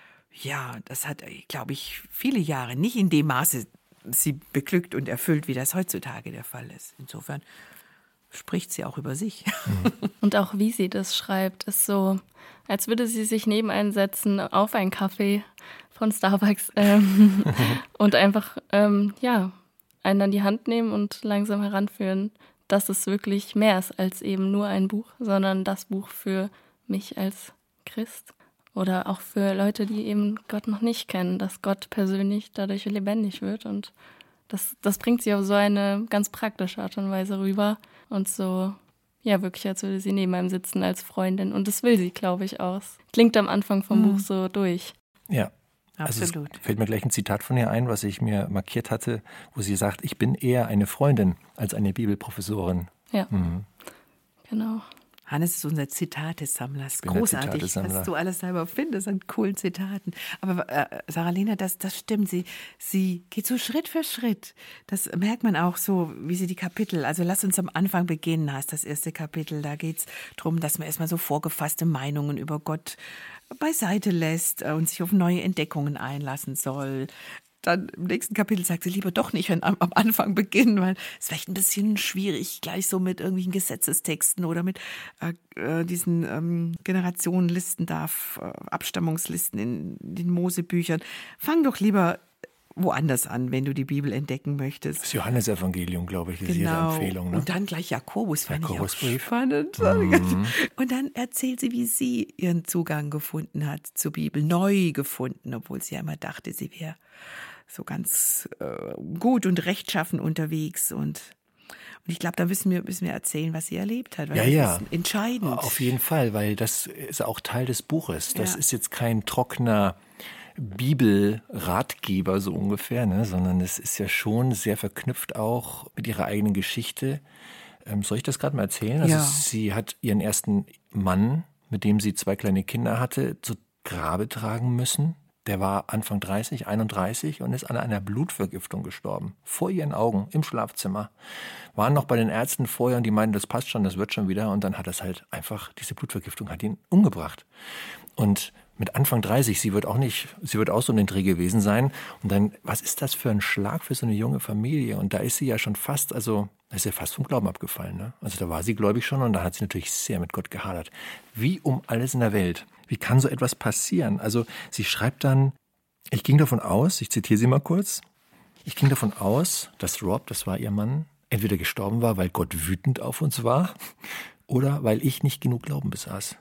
A: ja, das hat, glaube ich, viele Jahre nicht in dem Maße sie beglückt und erfüllt, wie das heutzutage der Fall ist. Insofern spricht sie auch über sich.
C: Und auch wie sie das schreibt, ist so, als würde sie sich neben einen setzen auf einen Kaffee von Starbucks ähm, und einfach, ähm, ja, einen an die Hand nehmen und langsam heranführen, dass es wirklich mehr ist als eben nur ein Buch, sondern das Buch für mich als Christ oder auch für Leute, die eben Gott noch nicht kennen, dass Gott persönlich dadurch lebendig wird. Und das, das bringt sie auf so eine ganz praktische Art und Weise rüber. Und so, ja, wirklich, als würde sie neben einem sitzen als Freundin. Und das will sie, glaube ich, aus. Klingt am Anfang vom mhm. Buch so durch.
B: Ja,
A: absolut.
B: Also es fällt mir gleich ein Zitat von ihr ein, was ich mir markiert hatte, wo sie sagt, ich bin eher eine Freundin als eine Bibelprofessorin.
C: Ja,
B: mhm.
C: genau.
A: Hannes ist unser Zitatesammler. Das ist großartig, was du alles selber findest an coolen Zitaten. Aber äh, Sarah-Lena, das, das stimmt. Sie, sie geht so Schritt für Schritt. Das merkt man auch so, wie sie die Kapitel, also lass uns am Anfang beginnen, hast das erste Kapitel. Da geht es darum, dass man erstmal so vorgefasste Meinungen über Gott beiseite lässt und sich auf neue Entdeckungen einlassen soll. Dann im nächsten Kapitel sagt sie lieber doch nicht am, am Anfang beginnen, weil es vielleicht ein bisschen schwierig, gleich so mit irgendwelchen Gesetzestexten oder mit äh, diesen ähm, Generationenlisten da, äh, Abstammungslisten in den Mosebüchern. Fang doch lieber woanders an, wenn du die Bibel entdecken möchtest.
B: Das Johannesevangelium, glaube ich, ist
A: genau.
B: ihre Empfehlung. Ne?
A: Und dann gleich Jakobus, fand ich auch spannend.
B: Mhm.
A: Und dann erzählt sie, wie sie ihren Zugang gefunden hat zur Bibel, neu gefunden, obwohl sie ja immer dachte, sie wäre so ganz äh, gut und rechtschaffen unterwegs. Und, und ich glaube, da müssen wir, müssen wir erzählen, was sie erlebt hat. Weil
B: ja,
A: das
B: ja.
A: ist entscheidend.
B: Auf jeden Fall, weil das ist auch Teil des Buches. Das
A: ja.
B: ist jetzt kein trockener Bibelratgeber so ungefähr, ne? Sondern es ist ja schon sehr verknüpft auch mit ihrer eigenen Geschichte, Ähm, soll ich das gerade mal erzählen? Also
A: Ja.
B: sie hat ihren ersten Mann, mit dem sie zwei kleine Kinder hatte, zu Grabe tragen müssen. Der war Anfang dreißig, einunddreißig und ist an einer Blutvergiftung gestorben. Vor ihren Augen, im Schlafzimmer. Waren noch bei den Ärzten vorher und die meinten, das passt schon, das wird schon wieder. Und dann hat es halt einfach, diese Blutvergiftung hat ihn umgebracht. Und mit Anfang dreißig, sie wird auch nicht, sie wird auch so um den Dreh gewesen sein. Und dann, was ist das für ein Schlag für so eine junge Familie? Und da ist sie ja schon fast, also, da ist sie fast vom Glauben abgefallen, ne? Also da war sie gläubig schon und da hat sie natürlich sehr mit Gott gehadert. Wie um alles in der Welt. Wie kann so etwas passieren? Also sie schreibt dann, ich ging davon aus, ich zitiere sie mal kurz, ich ging davon aus, dass Rob, das war ihr Mann, entweder gestorben war, weil Gott wütend auf uns war oder weil ich nicht genug Glauben besaß.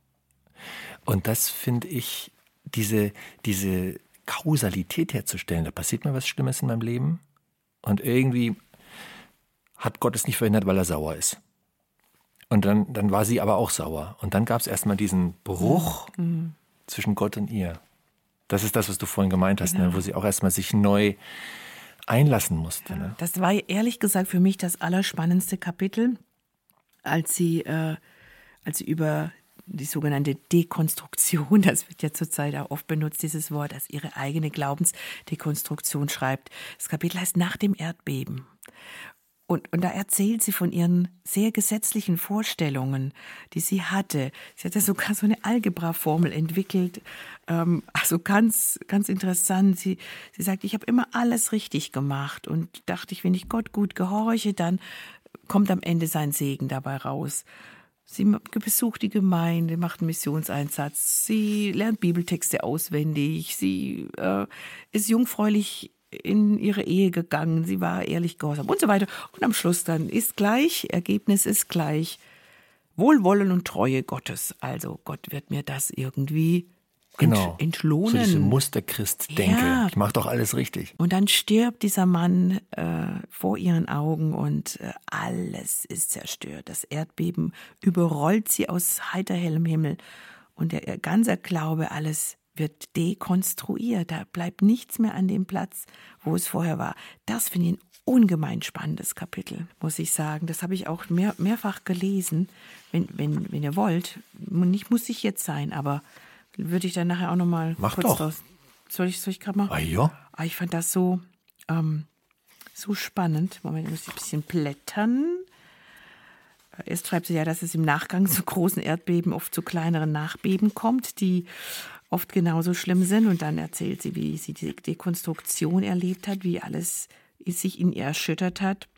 B: Und das finde ich, diese, diese Kausalität herzustellen, da passiert mir was Schlimmes in meinem Leben und irgendwie hat Gott es nicht verhindert, weil er sauer ist. Und dann, dann war sie aber auch sauer. Und dann gab es erstmal diesen Bruch mhm. zwischen Gott und ihr. Das ist das, was du vorhin gemeint hast, genau. ne? Wo sie auch erstmal sich neu einlassen musste. Ne?
A: Das war ehrlich gesagt für mich das allerspannendste Kapitel, als sie, äh, als sie über die sogenannte Dekonstruktion, das wird ja zurzeit auch oft benutzt, dieses Wort, als ihre eigene Glaubensdekonstruktion schreibt. Das Kapitel heißt Nach dem Erdbeben. Und, und da erzählt sie von ihren sehr gesetzlichen Vorstellungen, die sie hatte. Sie hat ja sogar so eine Algebra-Formel entwickelt. Ähm, also ganz, ganz interessant. Sie, sie sagt, ich habe immer alles richtig gemacht und dachte ich, wenn ich Gott gut gehorche, dann kommt am Ende sein Segen dabei raus. Sie besucht die Gemeinde, macht einen Missionseinsatz, sie lernt Bibeltexte auswendig, sie äh, ist jungfräulich in ihre Ehe gegangen, sie war ehrlich gehorsam und so weiter. Und am Schluss dann ist gleich, Ergebnis ist gleich, Wohlwollen und Treue Gottes. Also Gott wird mir das irgendwie ent-
B: genau.
A: entlohnen.
B: So diese Musterchrist-Denke.
A: Ja.
B: Ich mache doch alles richtig.
A: Und dann stirbt dieser Mann äh, vor ihren Augen und äh, alles ist zerstört. Das Erdbeben überrollt sie aus heiterhellem Himmel und der, ihr ganzer Glaube, alles wird dekonstruiert. Da bleibt nichts mehr an dem Platz, wo es vorher war. Das finde ich ein ungemein spannendes Kapitel, muss ich sagen. Das habe ich auch mehr, mehrfach gelesen. Wenn, wenn, wenn ihr wollt, nicht muss ich jetzt sein, aber würde ich dann nachher auch noch mal
B: Mach
A: kurz
B: doch.
A: draus. Soll ich, soll ich gerade mal?
B: Ah ja.
A: Ah, ich fand das so, ähm, so spannend. Moment, ich muss ein bisschen blättern. Erst schreibt sie ja, dass es im Nachgang zu großen Erdbeben oft zu kleineren Nachbeben kommt, die oft genauso schlimm sind. Und dann erzählt sie, wie sie die Dekonstruktion erlebt hat, wie alles sich in ihr erschüttert hat.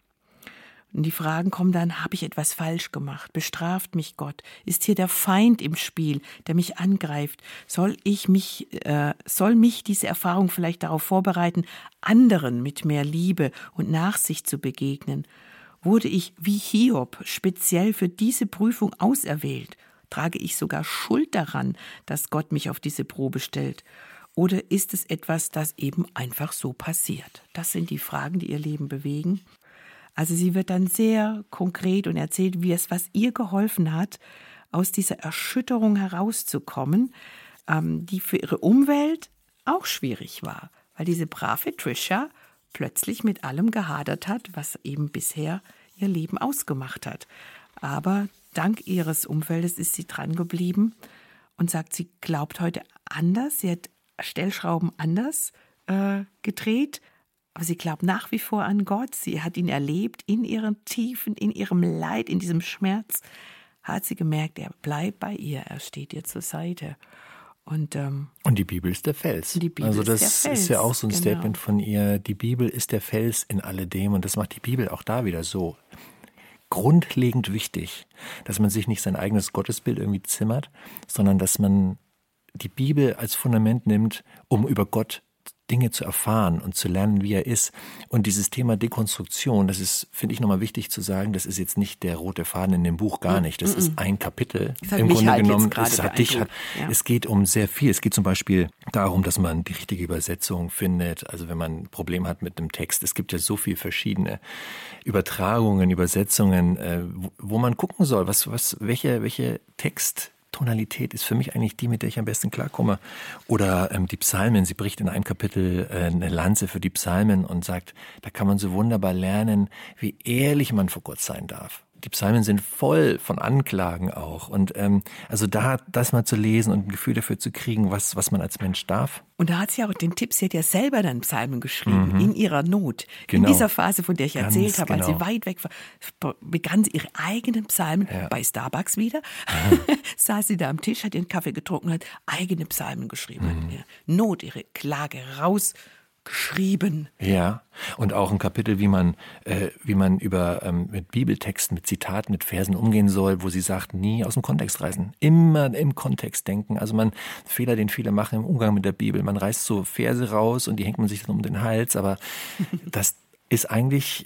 A: Und die Fragen kommen dann, habe ich etwas falsch gemacht? Bestraft mich Gott? Ist hier der Feind im Spiel, der mich angreift? Soll ich mich, äh, soll mich diese Erfahrung vielleicht darauf vorbereiten, anderen mit mehr Liebe und Nachsicht zu begegnen? Wurde ich wie Hiob speziell für diese Prüfung auserwählt? Trage ich sogar Schuld daran, dass Gott mich auf diese Probe stellt? Oder ist es etwas, das eben einfach so passiert? Das sind die Fragen, die ihr Leben bewegen. Also sie wird dann sehr konkret und erzählt, wie es, was ihr geholfen hat, aus dieser Erschütterung herauszukommen, ähm, die für ihre Umwelt auch schwierig war. Weil diese brave Trisha plötzlich mit allem gehadert hat, was eben bisher ihr Leben ausgemacht hat. Aber dank ihres Umfeldes ist sie dran geblieben und sagt, sie glaubt heute anders. Sie hat Stellschrauben anders äh, gedreht, aber sie glaubt nach wie vor an Gott. Sie hat ihn erlebt in ihren Tiefen, in ihrem Leid, in diesem Schmerz. Hat sie gemerkt, er bleibt bei ihr, er steht ihr zur Seite. Und, ähm,
B: und die Bibel ist der Fels.
A: Die Bibel
B: also das
A: ist, der Fels,
B: ist ja auch so ein
A: genau.
B: Statement von ihr, die Bibel ist der Fels in alledem. Und das macht die Bibel auch da wieder so grundlegend wichtig, dass man sich nicht sein eigenes Gottesbild irgendwie zimmert, sondern dass man die Bibel als Fundament nimmt, um über Gott Dinge zu erfahren und zu lernen, wie er ist. Und dieses Thema Dekonstruktion, das ist, finde ich, nochmal wichtig zu sagen, das ist jetzt nicht der rote Faden in dem Buch, gar nicht. Das mm-mm. ist ein Kapitel.
A: Das hat
B: Im
A: mich
B: Grunde
A: halt
B: genommen,
A: jetzt gerade
B: es, hat dich, hat,
A: ja.
B: es geht um sehr viel. Es geht zum Beispiel darum, dass man die richtige Übersetzung findet. Also wenn man ein Problem hat mit einem Text. Es gibt ja so viele verschiedene Übertragungen, Übersetzungen, äh, wo, wo man gucken soll, was, was, welche, welche Text Tonalität ist für mich eigentlich die, mit der ich am besten klarkomme. Oder ähm, die Psalmen, sie bricht in einem Kapitel äh, eine Lanze für die Psalmen und sagt, da kann man so wunderbar lernen, wie ehrlich man vor Gott sein darf. die Psalmen sind voll von Anklagen auch. Und ähm, also da das mal zu lesen und ein Gefühl dafür zu kriegen, was, was man als Mensch darf.
A: Und da hat sie auch den Tipp, sie hat ja selber dann Psalmen geschrieben,
B: Mhm.
A: in ihrer Not.
B: Genau.
A: In dieser Phase, von der ich
B: Ganz
A: erzählt habe, als sie
B: genau.
A: weit weg war, begann sie ihre eigenen Psalmen,
B: Ja.
A: bei Starbucks wieder, saß sie da am Tisch, hat ihren Kaffee getrunken, hat eigene Psalmen geschrieben,
B: Mhm.
A: hat ihre Not, ihre Klage rausgeschrieben.
B: Ja, und auch ein Kapitel, wie man, äh, wie man über ähm, mit Bibeltexten, mit Zitaten, mit Versen umgehen soll, wo sie sagt, nie aus dem Kontext reißen. Immer im Kontext denken. Also man, Fehler, den viele machen im Umgang mit der Bibel. Man reißt so Verse raus und die hängt man sich dann um den Hals. Aber das ist eigentlich,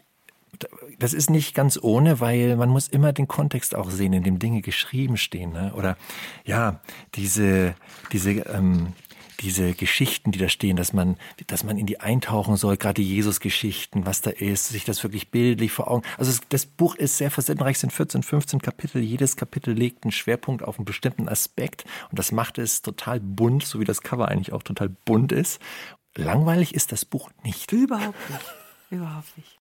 B: das ist nicht ganz ohne, weil man muss immer den Kontext auch sehen, in dem Dinge geschrieben stehen. Ne? Oder ja, diese, diese, ähm, diese Geschichten, die da stehen, dass man, dass man in die eintauchen soll, gerade die Jesus-Geschichten, was da ist, sich das wirklich bildlich vor Augen. Also es, das Buch ist sehr facettenreich, es sind vierzehn, fünfzehn Kapitel. Jedes Kapitel legt einen Schwerpunkt auf einen bestimmten Aspekt und das macht es total bunt, so wie das Cover eigentlich auch total bunt ist. Langweilig ist das Buch nicht.
A: Überhaupt nicht. Überhaupt nicht.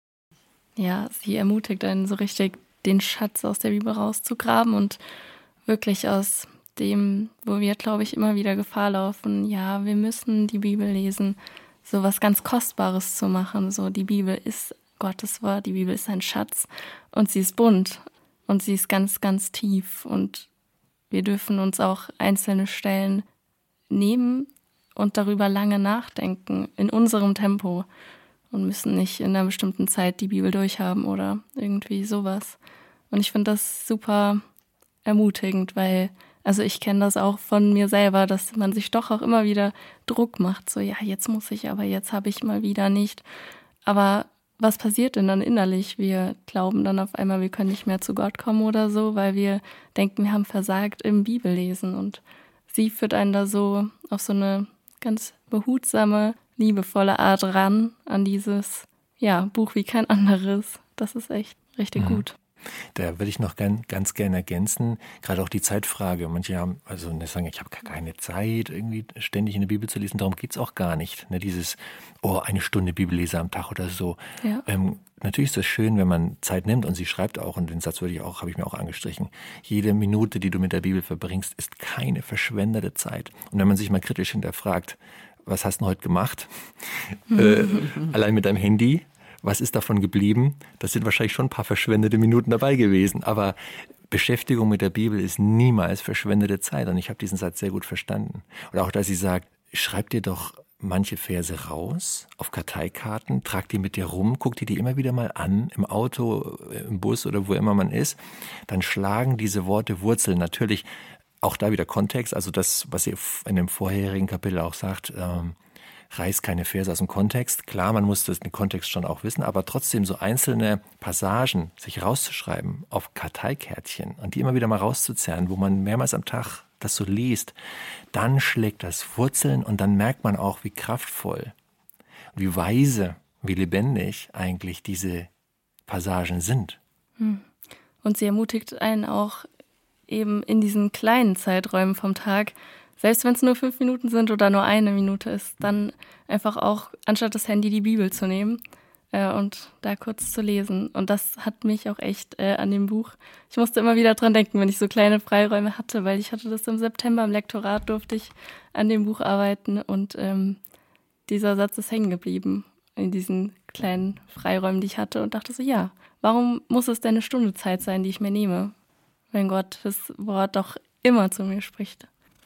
C: Ja, sie ermutigt einen so richtig, den Schatz aus der Bibel rauszugraben und wirklich aus dem, wo wir, glaube ich, immer wieder Gefahr laufen, ja, wir müssen die Bibel lesen, so was ganz Kostbares zu machen. So, die Bibel ist Gottes Wort, die Bibel ist ein Schatz und sie ist bunt und sie ist ganz, ganz tief und wir dürfen uns auch einzelne Stellen nehmen und darüber lange nachdenken, in unserem Tempo und müssen nicht in einer bestimmten Zeit die Bibel durchhaben oder irgendwie sowas. Und ich finde das super ermutigend, weil also ich kenne das auch von mir selber, dass man sich doch auch immer wieder Druck macht. So, ja, jetzt muss ich, aber jetzt habe ich mal wieder nicht. Aber was passiert denn dann innerlich? Wir glauben dann auf einmal, wir können nicht mehr zu Gott kommen oder so, weil wir denken, wir haben versagt im Bibellesen. Und sie führt einen da so auf so eine ganz behutsame, liebevolle Art ran an dieses ja, Buch wie kein anderes. Das ist echt richtig
B: Mhm.
C: gut.
B: Da würde ich noch gern, ganz gerne ergänzen, gerade auch die Zeitfrage. Manche haben, also ne, sagen, ich habe gar keine Zeit, irgendwie ständig in der Bibel zu lesen. Darum geht's auch gar nicht. Ne, dieses, oh, eine Stunde Bibellese am Tag oder so.
C: Ja.
B: Ähm, natürlich ist das schön, wenn man Zeit nimmt und sie schreibt auch, und den Satz würde ich auch, habe ich mir auch angestrichen, jede Minute, die du mit der Bibel verbringst, ist keine verschwendete Zeit. Und wenn man sich mal kritisch hinterfragt, was hast du heute gemacht? äh, allein mit deinem Handy. Was ist davon geblieben? Das sind wahrscheinlich schon ein paar verschwendete Minuten dabei gewesen. Aber Beschäftigung mit der Bibel ist niemals verschwendete Zeit. Und ich habe diesen Satz sehr gut verstanden. Und auch, dass sie sagt, schreib dir doch manche Verse raus auf Karteikarten, trag die mit dir rum, guck dir die immer wieder mal an, im Auto, im Bus oder wo immer man ist. Dann schlagen diese Worte Wurzeln. Natürlich auch da wieder Kontext, also das, was ihr in dem vorherigen Kapitel auch sagt, ähm, reiß keine Verse aus dem Kontext. Klar, man muss das den Kontext schon auch wissen, aber trotzdem so einzelne Passagen sich rauszuschreiben auf Karteikärtchen und die immer wieder mal rauszuzerren, wo man mehrmals am Tag das so liest, dann schlägt das Wurzeln und dann merkt man auch, wie kraftvoll, wie weise, wie lebendig eigentlich diese Passagen sind.
C: Und sie ermutigt einen auch eben in diesen kleinen Zeiträumen vom Tag, selbst wenn es nur fünf Minuten sind oder nur eine Minute ist, dann einfach auch anstatt das Handy die Bibel zu nehmen äh, und da kurz zu lesen. Und das hat mich auch echt äh, an dem Buch, ich musste immer wieder dran denken, wenn ich so kleine Freiräume hatte, weil ich hatte das im September, im Lektorat durfte ich an dem Buch arbeiten und ähm, dieser Satz ist hängen geblieben in diesen kleinen Freiräumen, die ich hatte und dachte so, ja, warum muss es denn eine Stunde Zeit sein, die ich mir nehme, wenn Gottes Wort doch immer zu mir spricht?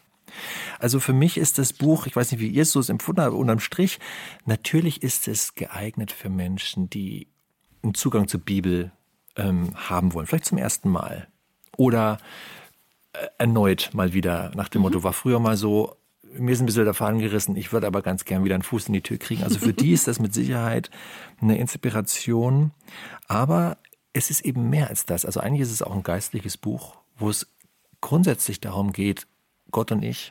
B: Also für mich ist das Buch, ich weiß nicht, wie ihr es so empfunden habt, unterm Strich, natürlich ist es geeignet für Menschen, die einen Zugang zur Bibel ähm, haben wollen, vielleicht zum ersten Mal oder äh, erneut mal wieder nach dem Motto, war früher mal so, mir ist ein bisschen der Faden gerissen, ich würde aber ganz gern wieder einen Fuß in die Tür kriegen. Also für die ist das mit Sicherheit eine Inspiration, aber es ist eben mehr als das. Also eigentlich ist es auch ein geistliches Buch, wo es grundsätzlich darum geht, Gott und ich,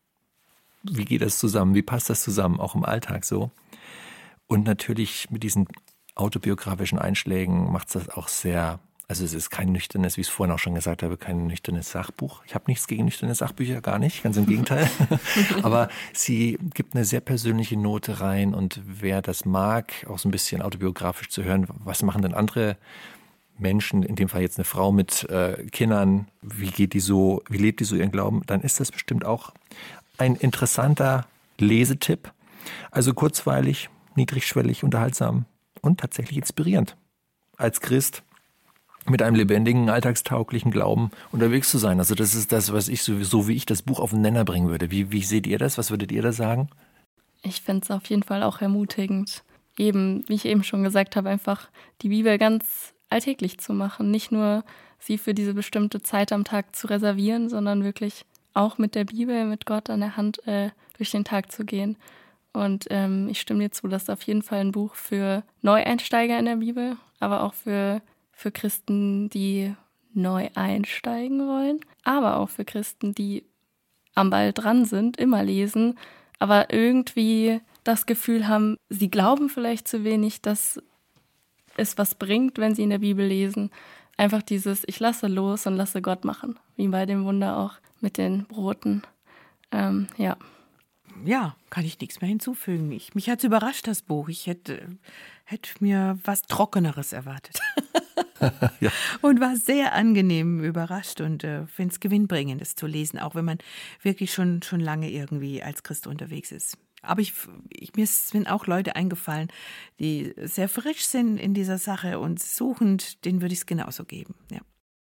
B: wie geht das zusammen, wie passt das zusammen, auch im Alltag so. Und natürlich mit diesen autobiografischen Einschlägen macht es das auch sehr, also es ist kein nüchternes, wie ich es vorhin auch schon gesagt habe, kein nüchternes Sachbuch. Ich habe nichts gegen nüchterne Sachbücher, gar nicht, ganz im Gegenteil. Aber sie gibt eine sehr persönliche Note rein und wer das mag, auch so ein bisschen autobiografisch zu hören, was machen denn andere Menschen, in dem Fall jetzt eine Frau mit äh, Kindern, wie geht die so, wie lebt die so ihren Glauben, dann ist das bestimmt auch ein interessanter Lesetipp. Also kurzweilig, niedrigschwellig, unterhaltsam und tatsächlich inspirierend. Als Christ mit einem lebendigen, alltagstauglichen Glauben unterwegs zu sein. Also das ist das, was ich so, so wie ich das Buch auf den Nenner bringen würde. Wie, wie seht ihr das? Was würdet ihr da sagen?
C: Ich finde es auf jeden Fall auch ermutigend. Eben, wie ich eben schon gesagt habe, einfach die Bibel ganz alltäglich zu machen. Nicht nur sie für diese bestimmte Zeit am Tag zu reservieren, sondern wirklich auch mit der Bibel, mit Gott an der Hand äh, durch den Tag zu gehen. Und ähm, ich stimme dir zu, das ist auf jeden Fall ein Buch für Neueinsteiger in der Bibel, aber auch für, für Christen, die neu einsteigen wollen, aber auch für Christen, die am Ball dran sind, immer lesen, aber irgendwie das Gefühl haben, sie glauben vielleicht zu wenig, dass es was bringt, wenn sie in der Bibel lesen. Einfach dieses, ich lasse los und lasse Gott machen, wie bei dem Wunder auch mit den Broten. Ähm, ja.
A: Ja, kann ich nichts mehr hinzufügen. Ich, mich hat es überrascht, das Buch. Ich hätte, hätte mir was Trockeneres erwartet. Ja. Und war sehr angenehm überrascht und äh, finde es gewinnbringend, es zu lesen, auch wenn man wirklich schon, schon lange irgendwie als Christ unterwegs ist. Aber ich, ich, mir sind auch Leute eingefallen, die sehr frisch sind in dieser Sache und suchend, denen würde ich es genauso geben. Ja.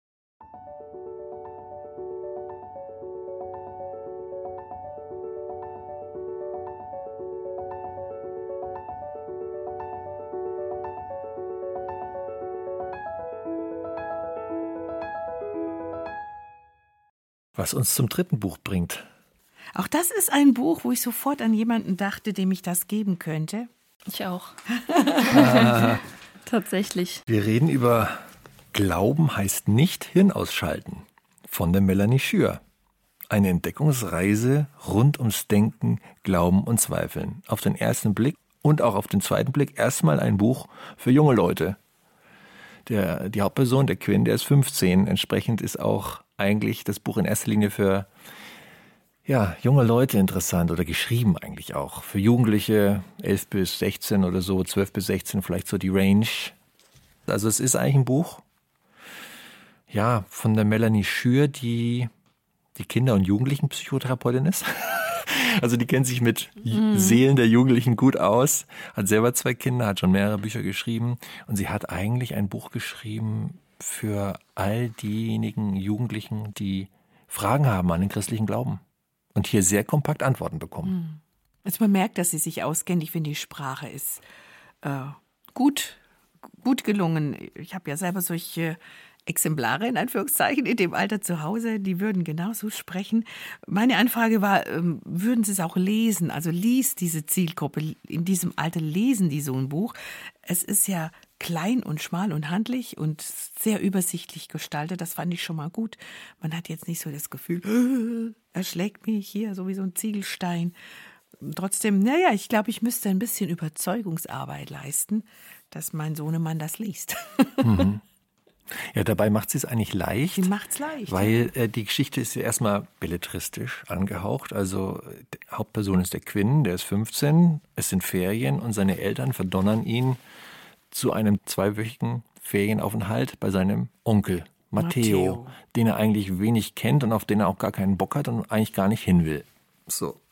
B: Was uns zum dritten Buch bringt.
A: Auch das ist ein Buch, wo ich sofort an jemanden dachte, dem ich das geben könnte.
C: Ich auch. ah. Tatsächlich.
B: Wir reden über Glauben heißt nicht Hirn ausschalten von der Melanie Schür. Eine Entdeckungsreise rund ums Denken, Glauben und Zweifeln. Auf den ersten Blick und auch auf den zweiten Blick erstmal ein Buch für junge Leute. Der, die Hauptperson, der Quinn, der ist fünfzehn. Entsprechend ist auch eigentlich das Buch in erster Linie für ja, junge Leute interessant oder geschrieben eigentlich auch. Für Jugendliche, elf bis sechzehn oder so, zwölf bis sechzehn, vielleicht so die Range. Also es ist eigentlich ein Buch, ja, von der Melanie Schür, die die Kinder- und Jugendlichenpsychotherapeutin ist. Also die kennt sich mit mhm. Seelen der Jugendlichen gut aus, hat selber zwei Kinder, hat schon mehrere Bücher geschrieben und sie hat eigentlich ein Buch geschrieben für all diejenigen Jugendlichen, die Fragen haben an den christlichen Glauben und hier sehr kompakt Antworten bekommen.
A: Also man merkt, dass sie sich auskennt. Ich finde, die Sprache ist äh, gut, gut gelungen. Ich habe ja selber solche Exemplare in Anführungszeichen in dem Alter zu Hause, die würden genauso sprechen. Meine Anfrage war, ähm, würden Sie es auch lesen? Also liest diese Zielgruppe in diesem Alter, lesen die so ein Buch? Es ist ja klein und schmal und handlich und sehr übersichtlich gestaltet. Das fand ich schon mal gut. Man hat jetzt nicht so das Gefühl, er schlägt mich hier so wie so ein Ziegelstein. Trotzdem, naja, ich glaube, ich müsste ein bisschen Überzeugungsarbeit leisten, dass mein Sohnemann das liest.
B: Mhm. Ja, dabei macht sie es eigentlich leicht.
A: Sie macht's leicht.
B: Weil äh, die Geschichte ist ja erstmal belletristisch angehaucht. Also die Hauptperson ist der Quinn, der ist fünfzehn, es sind Ferien und seine Eltern verdonnern ihn zu einem zweiwöchigen Ferienaufenthalt bei seinem Onkel Matteo, Matteo, den er eigentlich wenig kennt und auf den er auch gar keinen Bock hat und eigentlich gar nicht hin will. So.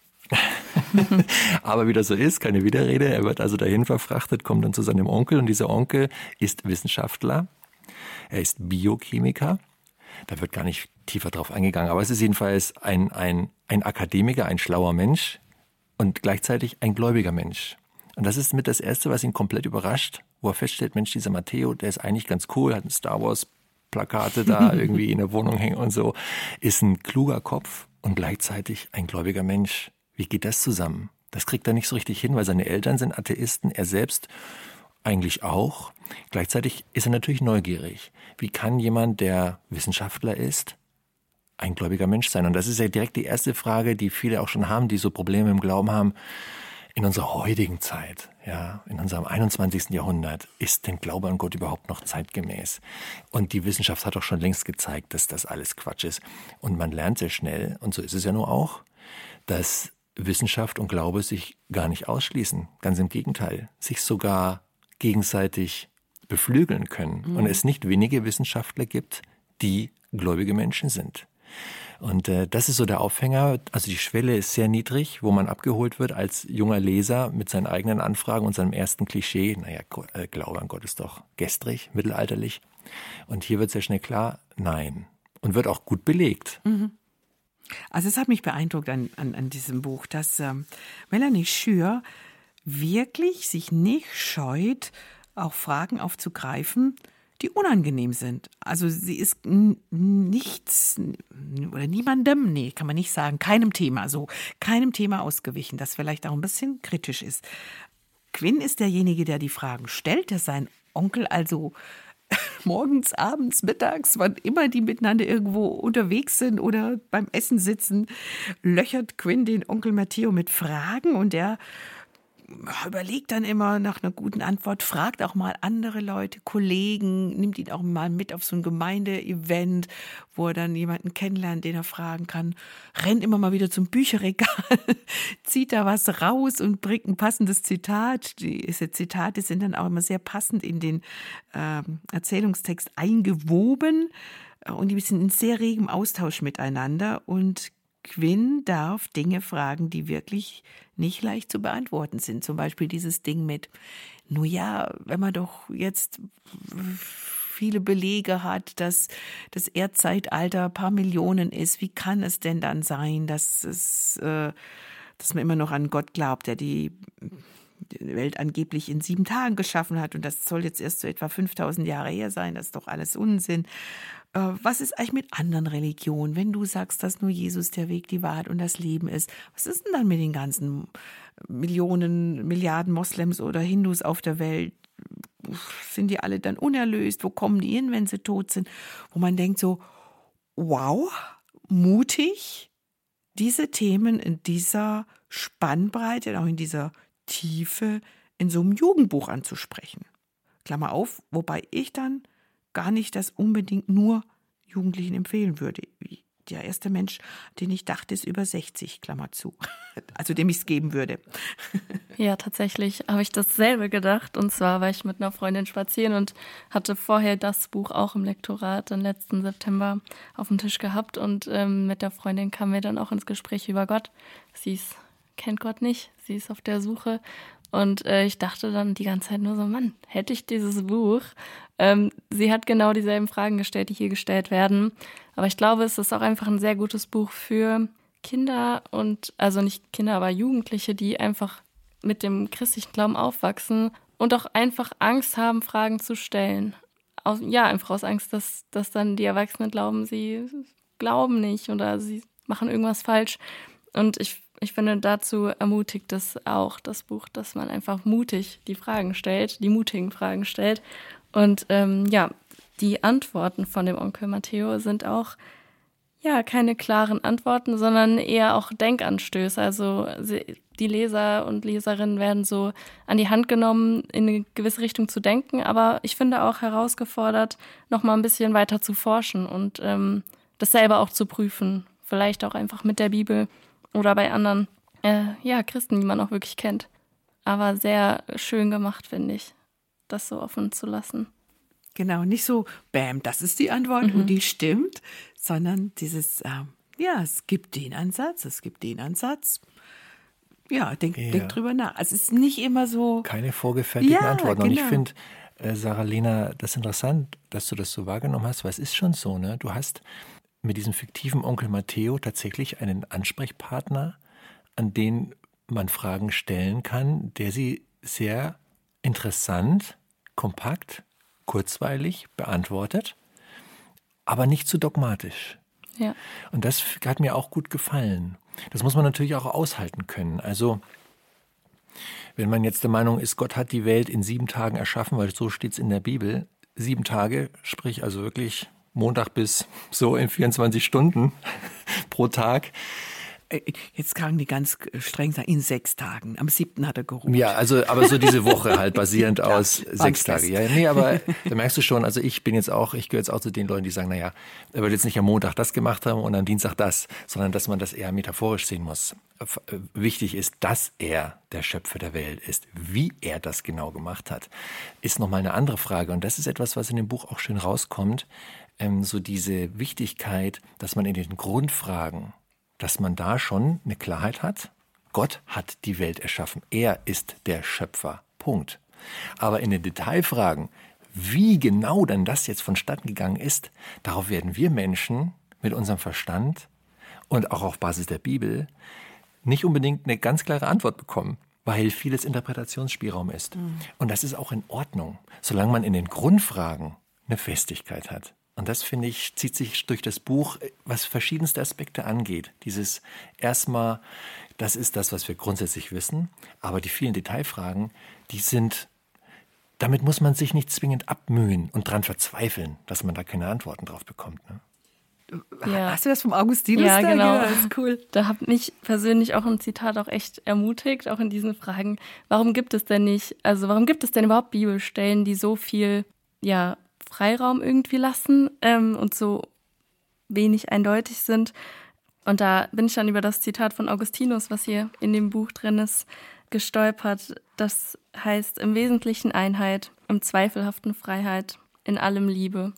B: Aber wie das so ist, keine Widerrede, er wird also dahin verfrachtet, kommt dann zu seinem Onkel und dieser Onkel ist Wissenschaftler. Er ist Biochemiker, da wird gar nicht tiefer drauf eingegangen, aber es ist jedenfalls ein, ein, ein Akademiker, ein schlauer Mensch und gleichzeitig ein gläubiger Mensch. Und das ist mit das Erste, was ihn komplett überrascht, wo er feststellt, Mensch, dieser Matteo, der ist eigentlich ganz cool, hat ein Star Wars Plakate da irgendwie in der Wohnung hängen und so, ist ein kluger Kopf und gleichzeitig ein gläubiger Mensch. Wie geht das zusammen? Das kriegt er nicht so richtig hin, weil seine Eltern sind Atheisten, er selbst eigentlich auch. Gleichzeitig ist er natürlich neugierig. Wie kann jemand, der Wissenschaftler ist, ein gläubiger Mensch sein? Und das ist ja direkt die erste Frage, die viele auch schon haben, die so Probleme im Glauben haben. In unserer heutigen Zeit, ja, in unserem einundzwanzigsten Jahrhundert, ist denn Glaube an Gott überhaupt noch zeitgemäß? Und die Wissenschaft hat auch schon längst gezeigt, dass das alles Quatsch ist. Und man lernt sehr schnell, und so ist es ja nur auch, dass Wissenschaft und Glaube sich gar nicht ausschließen. Ganz im Gegenteil, sich sogar gegenseitig beflügeln können.
A: Mhm.
B: Und es nicht wenige Wissenschaftler gibt, die gläubige Menschen sind. Und äh, das ist so der Aufhänger. Also die Schwelle ist sehr niedrig, wo man abgeholt wird als junger Leser mit seinen eigenen Anfragen und seinem ersten Klischee. Naja, äh, Glaube an Gott ist doch gestrig, mittelalterlich. Und hier wird sehr schnell klar, nein. Und wird auch gut belegt.
A: Mhm. Also es hat mich beeindruckt an, an, an diesem Buch, dass ähm, Melanie Schür wirklich sich nicht scheut, auch Fragen aufzugreifen, die unangenehm sind. Also sie ist n- nichts oder niemandem, nee, kann man nicht sagen, keinem Thema, so keinem Thema ausgewichen, das vielleicht auch ein bisschen kritisch ist. Quinn ist derjenige, der die Fragen stellt, der sein Onkel also morgens, abends, mittags, wann immer die miteinander irgendwo unterwegs sind oder beim Essen sitzen, löchert Quinn den Onkel Matteo mit Fragen und der überlegt dann immer nach einer guten Antwort, fragt auch mal andere Leute, Kollegen, nimmt ihn auch mal mit auf so ein Gemeindeevent, wo er dann jemanden kennenlernt, den er fragen kann, rennt immer mal wieder zum Bücherregal, zieht da was raus und bringt ein passendes Zitat. Diese Zitate sind dann auch immer sehr passend in den äh, Erzählungstext eingewoben und die sind in sehr regem Austausch miteinander und Quinn darf Dinge fragen, die wirklich nicht leicht zu beantworten sind. Zum Beispiel dieses Ding mit, nun ja, wenn man doch jetzt viele Belege hat, dass das Erdzeitalter ein paar Millionen ist, wie kann es denn dann sein, dass es, äh, dass man immer noch an Gott glaubt, der die Welt angeblich in sieben Tagen geschaffen hat und das soll jetzt erst so etwa fünftausend Jahre her sein, das ist doch alles Unsinn. Was ist eigentlich mit anderen Religionen? Wenn du sagst, dass nur Jesus der Weg, die Wahrheit und das Leben ist, was ist denn dann mit den ganzen Millionen, Milliarden Moslems oder Hindus auf der Welt? Sind die alle dann unerlöst? Wo kommen die hin, wenn sie tot sind? Wo man denkt so, wow, mutig, diese Themen in dieser Spannbreite, auch in dieser Tiefe in so einem Jugendbuch anzusprechen. Klammer auf, wobei ich dann gar nicht das unbedingt nur Jugendlichen empfehlen würde. Der erste Mensch, den ich dachte, ist über sechzig, Klammer zu. Also dem ich es geben würde.
C: Ja, tatsächlich habe ich dasselbe gedacht. Und zwar war ich mit einer Freundin spazieren und hatte vorher das Buch auch im Lektorat im letzten September auf dem Tisch gehabt. Und ähm, mit der Freundin kamen wir dann auch ins Gespräch über Gott. Sie ist, kennt Gott nicht, sie ist auf der Suche. Und äh, ich dachte dann die ganze Zeit nur so, Mann, hätte ich dieses Buch. Ähm, sie hat genau dieselben Fragen gestellt, die hier gestellt werden. Aber ich glaube, es ist auch einfach ein sehr gutes Buch für Kinder und, also nicht Kinder, aber Jugendliche, die einfach mit dem christlichen Glauben aufwachsen und auch einfach Angst haben, Fragen zu stellen. Aus, ja, einfach aus Angst, dass, dass dann die Erwachsenen glauben, sie glauben nicht oder sie machen irgendwas falsch. Und ich Ich finde, dazu ermutigt es auch das Buch, dass man einfach mutig die Fragen stellt, die mutigen Fragen stellt. Und ähm, ja, die Antworten von dem Onkel Matteo sind auch ja keine klaren Antworten, sondern eher auch Denkanstöße. Also sie, die Leser und Leserinnen werden so an die Hand genommen, in eine gewisse Richtung zu denken. Aber ich finde auch herausgefordert, noch mal ein bisschen weiter zu forschen und ähm, das selber auch zu prüfen. Vielleicht auch einfach mit der Bibel. Oder bei anderen äh, ja, Christen, die man auch wirklich kennt. Aber sehr schön gemacht, finde ich, das so offen zu lassen.
A: Genau, nicht so, bam, das ist die Antwort
C: Mhm.
A: und die stimmt, sondern dieses, äh, ja, es gibt den Ansatz, es gibt den Ansatz. Ja, denk,
B: Ja.
A: denk drüber nach. Also es ist nicht immer so,
B: Keine vorgefertigten
A: Ja,
B: Antworten. Und ich
A: genau.
B: finde, äh, Sarah-Lena, das ist interessant, dass du das so wahrgenommen hast, weil es ist schon so, ne? Du hast mit diesem fiktiven Onkel Matteo tatsächlich einen Ansprechpartner, an den man Fragen stellen kann, der sie sehr interessant, kompakt, kurzweilig beantwortet, aber nicht zu dogmatisch.
C: Ja.
B: Und das hat mir auch gut gefallen. Das muss man natürlich auch aushalten können. Also wenn man jetzt der Meinung ist, Gott hat die Welt in sieben Tagen erschaffen, weil so steht es in der Bibel, sieben Tage, sprich also wirklich Montag bis so in vierundzwanzig Stunden pro Tag,
A: Jetzt kann die ganz streng sein, in sechs Tagen. Am siebten hat er geruht.
B: Ja, also aber so diese Woche halt basierend
A: Klar,
B: aus sechs Tage. Ja, nee, aber da merkst du schon, also ich bin jetzt auch, ich gehöre jetzt auch zu den Leuten, die sagen, naja, er wird jetzt nicht am Montag das gemacht haben und am Dienstag das, sondern dass man das eher metaphorisch sehen muss. Wichtig ist, dass er der Schöpfer der Welt ist. Wie er das genau gemacht hat, ist nochmal eine andere Frage. Und das ist etwas, was in dem Buch auch schön rauskommt. Ähm, so diese Wichtigkeit, dass man in den Grundfragen, dass man da schon eine Klarheit hat. Gott hat die Welt erschaffen. Er ist der Schöpfer. Punkt. Aber in den Detailfragen, wie genau denn das jetzt vonstatten gegangen ist, darauf werden wir Menschen mit unserem Verstand und auch auf Basis der Bibel nicht unbedingt eine ganz klare Antwort bekommen, weil vieles Interpretationsspielraum ist. Mhm. Und das ist auch in Ordnung, solange man in den Grundfragen eine Festigkeit hat. Und das, finde ich, zieht sich durch das Buch, was verschiedenste Aspekte angeht. Dieses erstmal, das ist das, was wir grundsätzlich wissen, aber die vielen Detailfragen, die sind, damit muss man sich nicht zwingend abmühen und dran verzweifeln, dass man da keine Antworten drauf bekommt. Ne?
C: Ja.
A: Hast du das vom Augustinus?
C: Ja,
A: da?
C: genau.
A: Ja, das ist cool.
C: Da hat mich persönlich auch ein Zitat auch echt ermutigt, auch in diesen Fragen. Warum gibt es denn nicht, also warum gibt es denn überhaupt Bibelstellen, die so viel, ja, Freiraum irgendwie lassen ähm, und so wenig eindeutig sind. Und da bin ich dann über das Zitat von Augustinus, was hier in dem Buch drin ist, gestolpert. Das heißt im Wesentlichen Einheit, im Zweifelhaften Freiheit, in allem Liebe.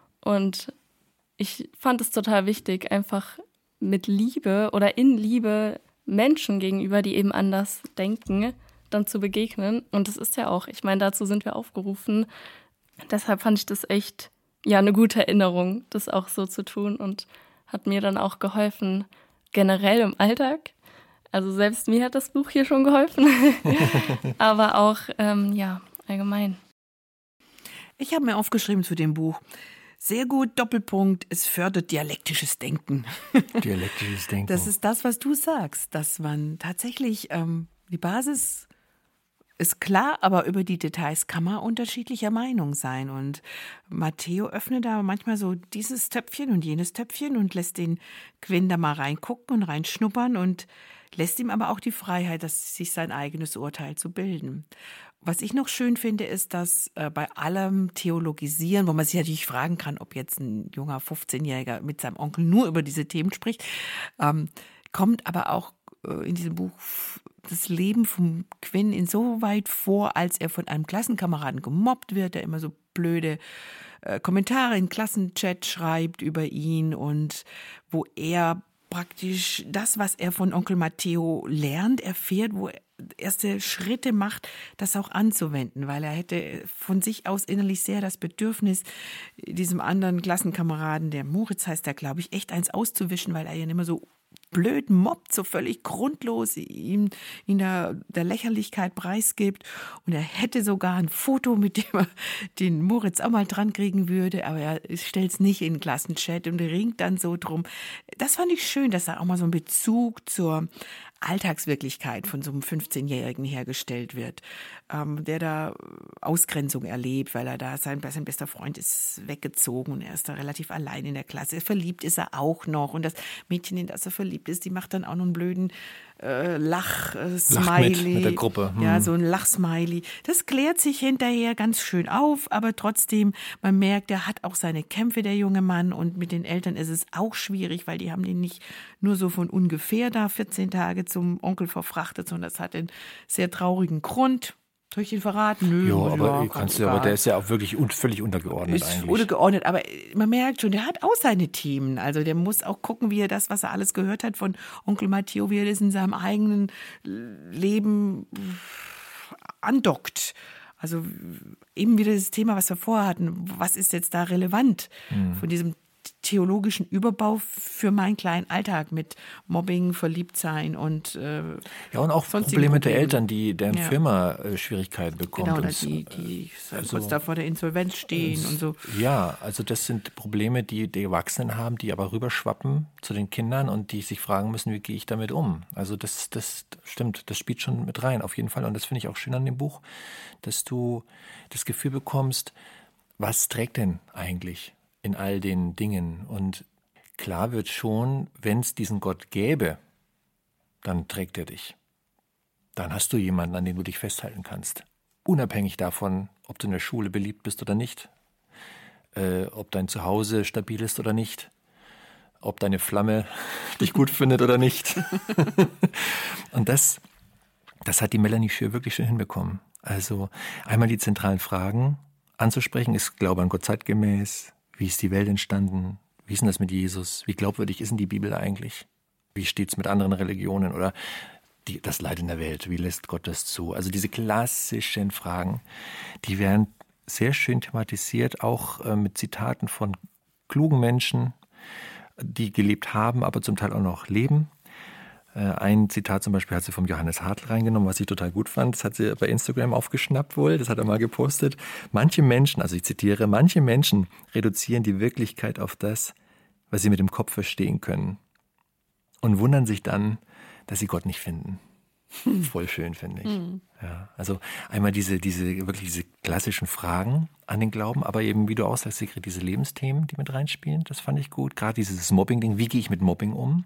C: Und ich fand es total wichtig, einfach mit Liebe oder in Liebe Menschen gegenüber, die eben anders denken, dann zu begegnen. Und das ist ja auch, ich meine, dazu sind wir aufgerufen. Deshalb fand ich das echt, ja, eine gute Erinnerung, das auch so zu tun und hat mir dann auch geholfen, generell im Alltag. Also selbst mir hat das Buch hier schon geholfen, aber auch, ähm, ja, allgemein.
A: Ich habe mir aufgeschrieben zu dem Buch, sehr gut, Doppelpunkt, es fördert dialektisches Denken.
B: Dialektisches Denken.
A: Das ist das, was du sagst, dass man tatsächlich ähm, die Basis ist klar, aber über die Details kann man unterschiedlicher Meinung sein. Und Matteo öffnet da manchmal so dieses Töpfchen und jenes Töpfchen und lässt den Quinn da mal reingucken und reinschnuppern und lässt ihm aber auch die Freiheit, dass sich sein eigenes Urteil zu bilden. Was ich noch schön finde, ist, dass äh, bei allem Theologisieren, wo man sich natürlich fragen kann, ob jetzt ein junger fünfzehnjähriger mit seinem Onkel nur über diese Themen spricht, ähm, kommt aber auch äh, in diesem Buch das Leben von Quinn insoweit vor, als er von einem Klassenkameraden gemobbt wird, der immer so blöde äh, Kommentare in Klassenchat schreibt über ihn und wo er praktisch das, was er von Onkel Matteo lernt, erfährt, wo er erste Schritte macht, das auch anzuwenden, weil er hätte von sich aus innerlich sehr das Bedürfnis, diesem anderen Klassenkameraden, der Moritz heißt der, glaube ich, echt eins auszuwischen, weil er ja immer so blöd mobbt, so völlig grundlos ihm in der, der Lächerlichkeit preisgibt. Und er hätte sogar ein Foto, mit dem er den Moritz auch mal dran kriegen würde, aber er stellt es nicht in den Klassenchat und ringt dann so drum. Das fand ich schön, dass da auch mal so ein Bezug zur Alltagswirklichkeit von so einem fünfzehnjährigen hergestellt wird, ähm, der da Ausgrenzung erlebt, weil er da, sein, sein bester Freund ist weggezogen und er ist da relativ allein in der Klasse. Verliebt ist er auch noch und das Mädchen, in das er verliebt ist, die macht dann auch noch einen blöden äh, Lach-Smiley.
B: Lach mit, mit der Gruppe. Hm.
A: Ja, so ein Lach-Smiley. Das klärt sich hinterher ganz schön auf, aber trotzdem, man merkt, er hat auch seine Kämpfe, der junge Mann, und mit den Eltern ist es auch schwierig, weil die haben den nicht nur so von ungefähr da vierzehn Tage zum Onkel verfrachtet, sondern das hat einen sehr traurigen Grund. Soll ich ihn verraten? Nö,
B: ja, aber,
A: ja,
B: kannst du, aber der ist ja auch wirklich un, völlig untergeordnet
A: ist
B: eigentlich.
A: Untergeordnet, aber man merkt schon, der hat auch seine Themen. Also der muss auch gucken, wie er das, was er alles gehört hat von Onkel Matteo, wie er das in seinem eigenen Leben andockt. Also eben wieder das Thema, was wir vorher hatten. Was ist jetzt da relevant hm. von diesem theologischen Überbau für meinen kleinen Alltag mit Mobbing, Verliebtsein und äh,
B: ja, und auch Probleme mit der Eltern, die deren
A: ja.
B: Firma äh, Schwierigkeiten bekommt.
A: Genau,
B: und,
A: die, die
B: also,
A: kurz da vor der Insolvenz stehen
B: und,
A: und so.
B: Ja, also das sind Probleme, die die Erwachsenen haben, die aber rüberschwappen zu den Kindern und die sich fragen müssen, wie gehe ich damit um? Also das, das stimmt, das spielt schon mit rein, auf jeden Fall. Und das finde ich auch schön an dem Buch, dass du das Gefühl bekommst, was trägt denn eigentlich in all den Dingen? Und klar wird schon, wenn es diesen Gott gäbe, dann trägt er dich. Dann hast du jemanden, an dem du dich festhalten kannst. Unabhängig davon, ob du in der Schule beliebt bist oder nicht, äh, ob dein Zuhause stabil ist oder nicht, ob deine Flamme dich gut findet oder nicht. Und das, das hat die Melanie Schür wirklich schön hinbekommen. Also einmal die zentralen Fragen anzusprechen, ist Glaube an Gott zeitgemäß? Wie ist die Welt entstanden? Wie ist denn das mit Jesus? Wie glaubwürdig ist denn die Bibel eigentlich? Wie steht es mit anderen Religionen oder die, das Leid in der Welt? Wie lässt Gott das zu? Also diese klassischen Fragen, die werden sehr schön thematisiert, auch äh, mit Zitaten von klugen Menschen, die gelebt haben, aber zum Teil auch noch leben. Äh, ein Zitat zum Beispiel hat sie vom Johannes Hartl reingenommen, was ich total gut fand. Das hat sie bei Instagram aufgeschnappt wohl, das hat er mal gepostet. Manche Menschen, also ich zitiere, manche Menschen reduzieren die Wirklichkeit auf das, was sie mit dem Kopf verstehen können und wundern sich dann, dass sie Gott nicht finden. Hm. Voll schön, finde ich. Hm. Ja, also einmal diese, diese, wirklich diese klassischen Fragen an den Glauben, aber eben, wie du auch sagst, Sigrid, diese Lebensthemen, die mit reinspielen, das fand ich gut. Gerade dieses Mobbing-Ding, wie gehe ich mit Mobbing um?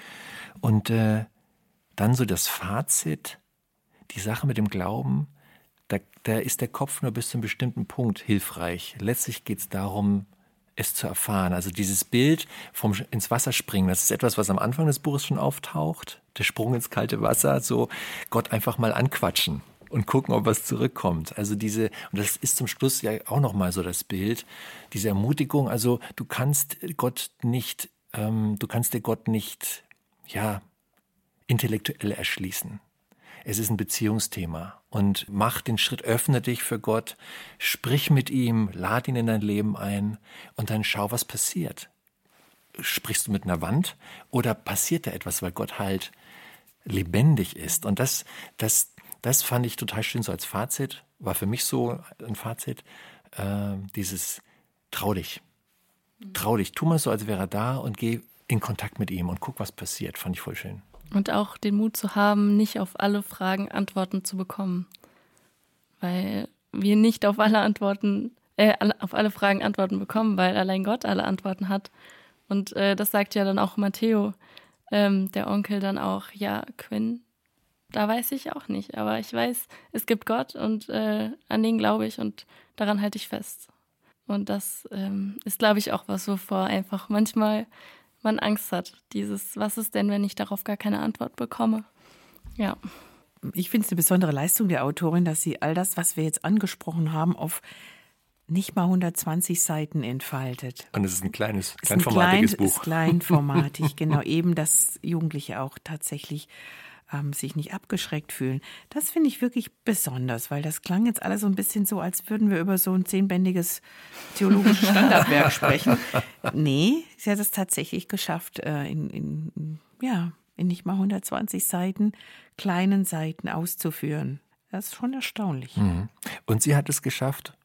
B: Und äh, dann so das Fazit, die Sache mit dem Glauben, da, da ist der Kopf nur bis zu einem bestimmten Punkt hilfreich. Letztlich geht es darum, es zu erfahren. Also dieses Bild vom ins Wasser springen, das ist etwas, was am Anfang des Buches schon auftaucht. Der Sprung ins kalte Wasser, so Gott einfach mal anquatschen und gucken, ob was zurückkommt. Also diese, und das ist zum Schluss ja auch nochmal so das Bild, diese Ermutigung, also du kannst Gott nicht, ähm, du kannst dir Gott nicht, ja, intellektuell erschließen. Es ist ein Beziehungsthema und mach den Schritt, öffne dich für Gott, sprich mit ihm, lad ihn in dein Leben ein und dann schau, was passiert. Sprichst du mit einer Wand oder passiert da etwas, weil Gott halt lebendig ist? Und das, das, das fand ich total schön so als Fazit, war für mich so ein Fazit, äh, dieses trau dich, trau dich, tu mal so, als wäre er da und geh in Kontakt mit ihm und guck, was passiert, fand ich voll schön.
C: Und auch den Mut zu haben, nicht auf alle Fragen Antworten zu bekommen. Weil wir nicht auf alle Antworten, äh, auf alle Fragen Antworten bekommen, weil allein Gott alle Antworten hat. Und äh, das sagt ja dann auch Matteo, ähm, der Onkel dann auch, ja, Quinn, da weiß ich auch nicht. Aber ich weiß, es gibt Gott und äh, an den glaube ich und daran halte ich fest. Und das ähm, ist, glaube ich, auch was, wovor einfach manchmal man Angst hat. Dieses, was ist denn, wenn ich darauf gar keine Antwort bekomme? Ja.
A: Ich finde es eine besondere Leistung der Autorin, dass sie all das, was wir jetzt angesprochen haben, auf nicht mal hundertzwanzig Seiten entfaltet.
B: Und es ist ein kleines, kleinformatiges Buch. Es ist
A: kleinformatig, genau. Eben, dass Jugendliche auch tatsächlich ähm, sich nicht abgeschreckt fühlen. Das finde ich wirklich besonders, weil das klang jetzt alles so ein bisschen so, als würden wir über so ein zehnbändiges theologisches Standardwerk sprechen. Nee, sie hat es tatsächlich geschafft, äh, in, in, ja, in nicht mal hundertzwanzig Seiten, kleinen Seiten auszuführen. Das ist schon erstaunlich.
B: Mhm. Und sie hat es geschafft,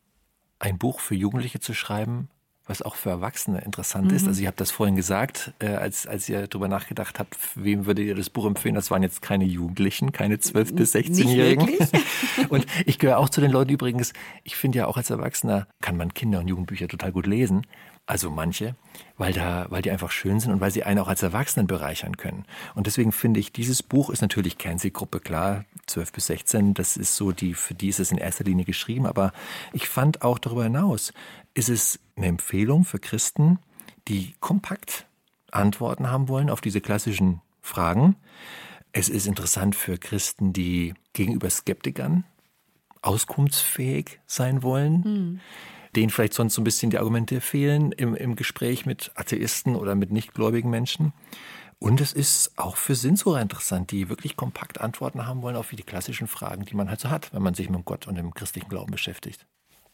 B: ein Buch für Jugendliche zu schreiben, was auch für Erwachsene interessant mhm. ist. Also ich habe das vorhin gesagt, äh, als, als ihr darüber nachgedacht habt, wem würdet ihr das Buch empfehlen? Das waren jetzt keine Jugendlichen, keine zwölf- bis sechzehnjährigen. Und ich gehöre auch zu den Leuten übrigens, ich finde ja auch als Erwachsener kann man Kinder- und Jugendbücher total gut lesen. Also manche, weil da, weil die einfach schön sind und weil sie einen auch als Erwachsenen bereichern können. Und deswegen finde ich, dieses Buch ist natürlich Kernzielgruppe, klar, zwölf bis sechzehn, das ist so die, für die ist es in erster Linie geschrieben. Aber ich fand auch darüber hinaus, ist es eine Empfehlung für Christen, die kompakt Antworten haben wollen auf diese klassischen Fragen. Es ist interessant für Christen, die gegenüber Skeptikern auskunftsfähig sein wollen. Hm. Denen vielleicht sonst so ein bisschen die Argumente fehlen im, im Gespräch mit Atheisten oder mit nichtgläubigen Menschen. Und es ist auch für Sinnsucher interessant, die wirklich kompakt Antworten haben wollen auf die klassischen Fragen, die man halt so hat, wenn man sich mit Gott und dem christlichen Glauben beschäftigt.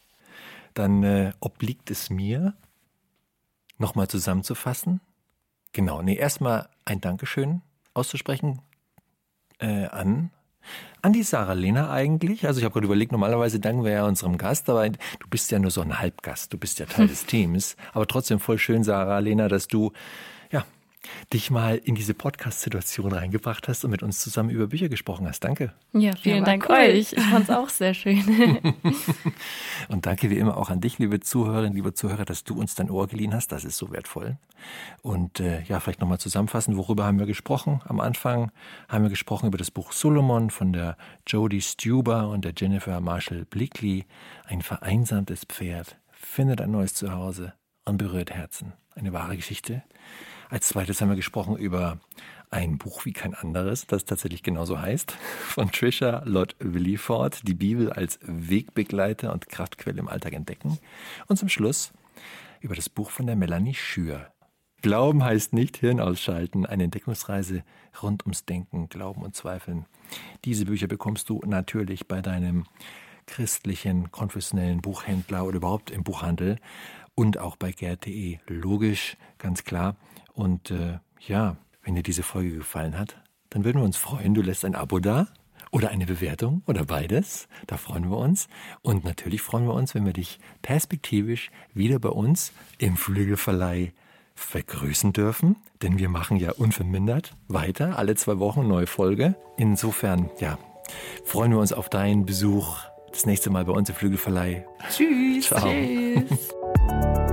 B: Dann äh, obliegt es mir, nochmal zusammenzufassen. Genau, nee, erstmal ein Dankeschön auszusprechen äh, an An die Sarah-Lena eigentlich. Also ich habe gerade überlegt, normalerweise danken wir ja unserem Gast, aber du bist ja nur so ein Halbgast, du bist ja Teil des Teams. Aber trotzdem voll schön, Sarah-Lena, dass du ja dich mal in diese Podcast-Situation reingebracht hast und mit uns zusammen über Bücher gesprochen hast. Danke.
C: Ja, vielen
D: Ja,
C: Dank
D: cool.
C: euch. Ich fand es auch sehr schön.
B: Und danke wie immer auch an dich, liebe Zuhörerinnen, liebe Zuhörer, dass du uns dein Ohr geliehen hast. Das ist so wertvoll. Und äh, ja, vielleicht nochmal zusammenfassen, worüber haben wir gesprochen? Am Anfang haben wir gesprochen über das Buch Solomon von der Jodie Stuber und der Jennifer Marshall Blakely. Ein vereinsamtes Pferd findet ein neues Zuhause und berührt Herzen. Eine wahre Geschichte. Als zweites haben wir gesprochen über ein Buch wie kein anderes, das tatsächlich genauso heißt, von Tricia Lott Williford, die Bibel als Wegbegleiter und Kraftquelle im Alltag entdecken. Und zum Schluss über das Buch von der Melanie Schür. Glauben heißt nicht Hirn ausschalten, eine Entdeckungsreise rund ums Denken, Glauben und Zweifeln. Diese Bücher bekommst du natürlich bei deinem christlichen, konfessionellen Buchhändler oder überhaupt im Buchhandel und auch bei gerd punkt de. Logisch, ganz klar. Und äh, ja, wenn dir diese Folge gefallen hat, dann würden wir uns freuen, du lässt ein Abo da oder eine Bewertung oder beides. Da freuen wir uns. Und natürlich freuen wir uns, wenn wir dich perspektivisch wieder bei uns im Flügelverleih vergrüßen dürfen. Denn wir machen ja unvermindert weiter, alle zwei Wochen eine neue Folge. Insofern, ja, freuen wir uns auf deinen Besuch das nächste Mal bei uns im Flügelverleih. Tschüss. Ciao.
C: Tschüss.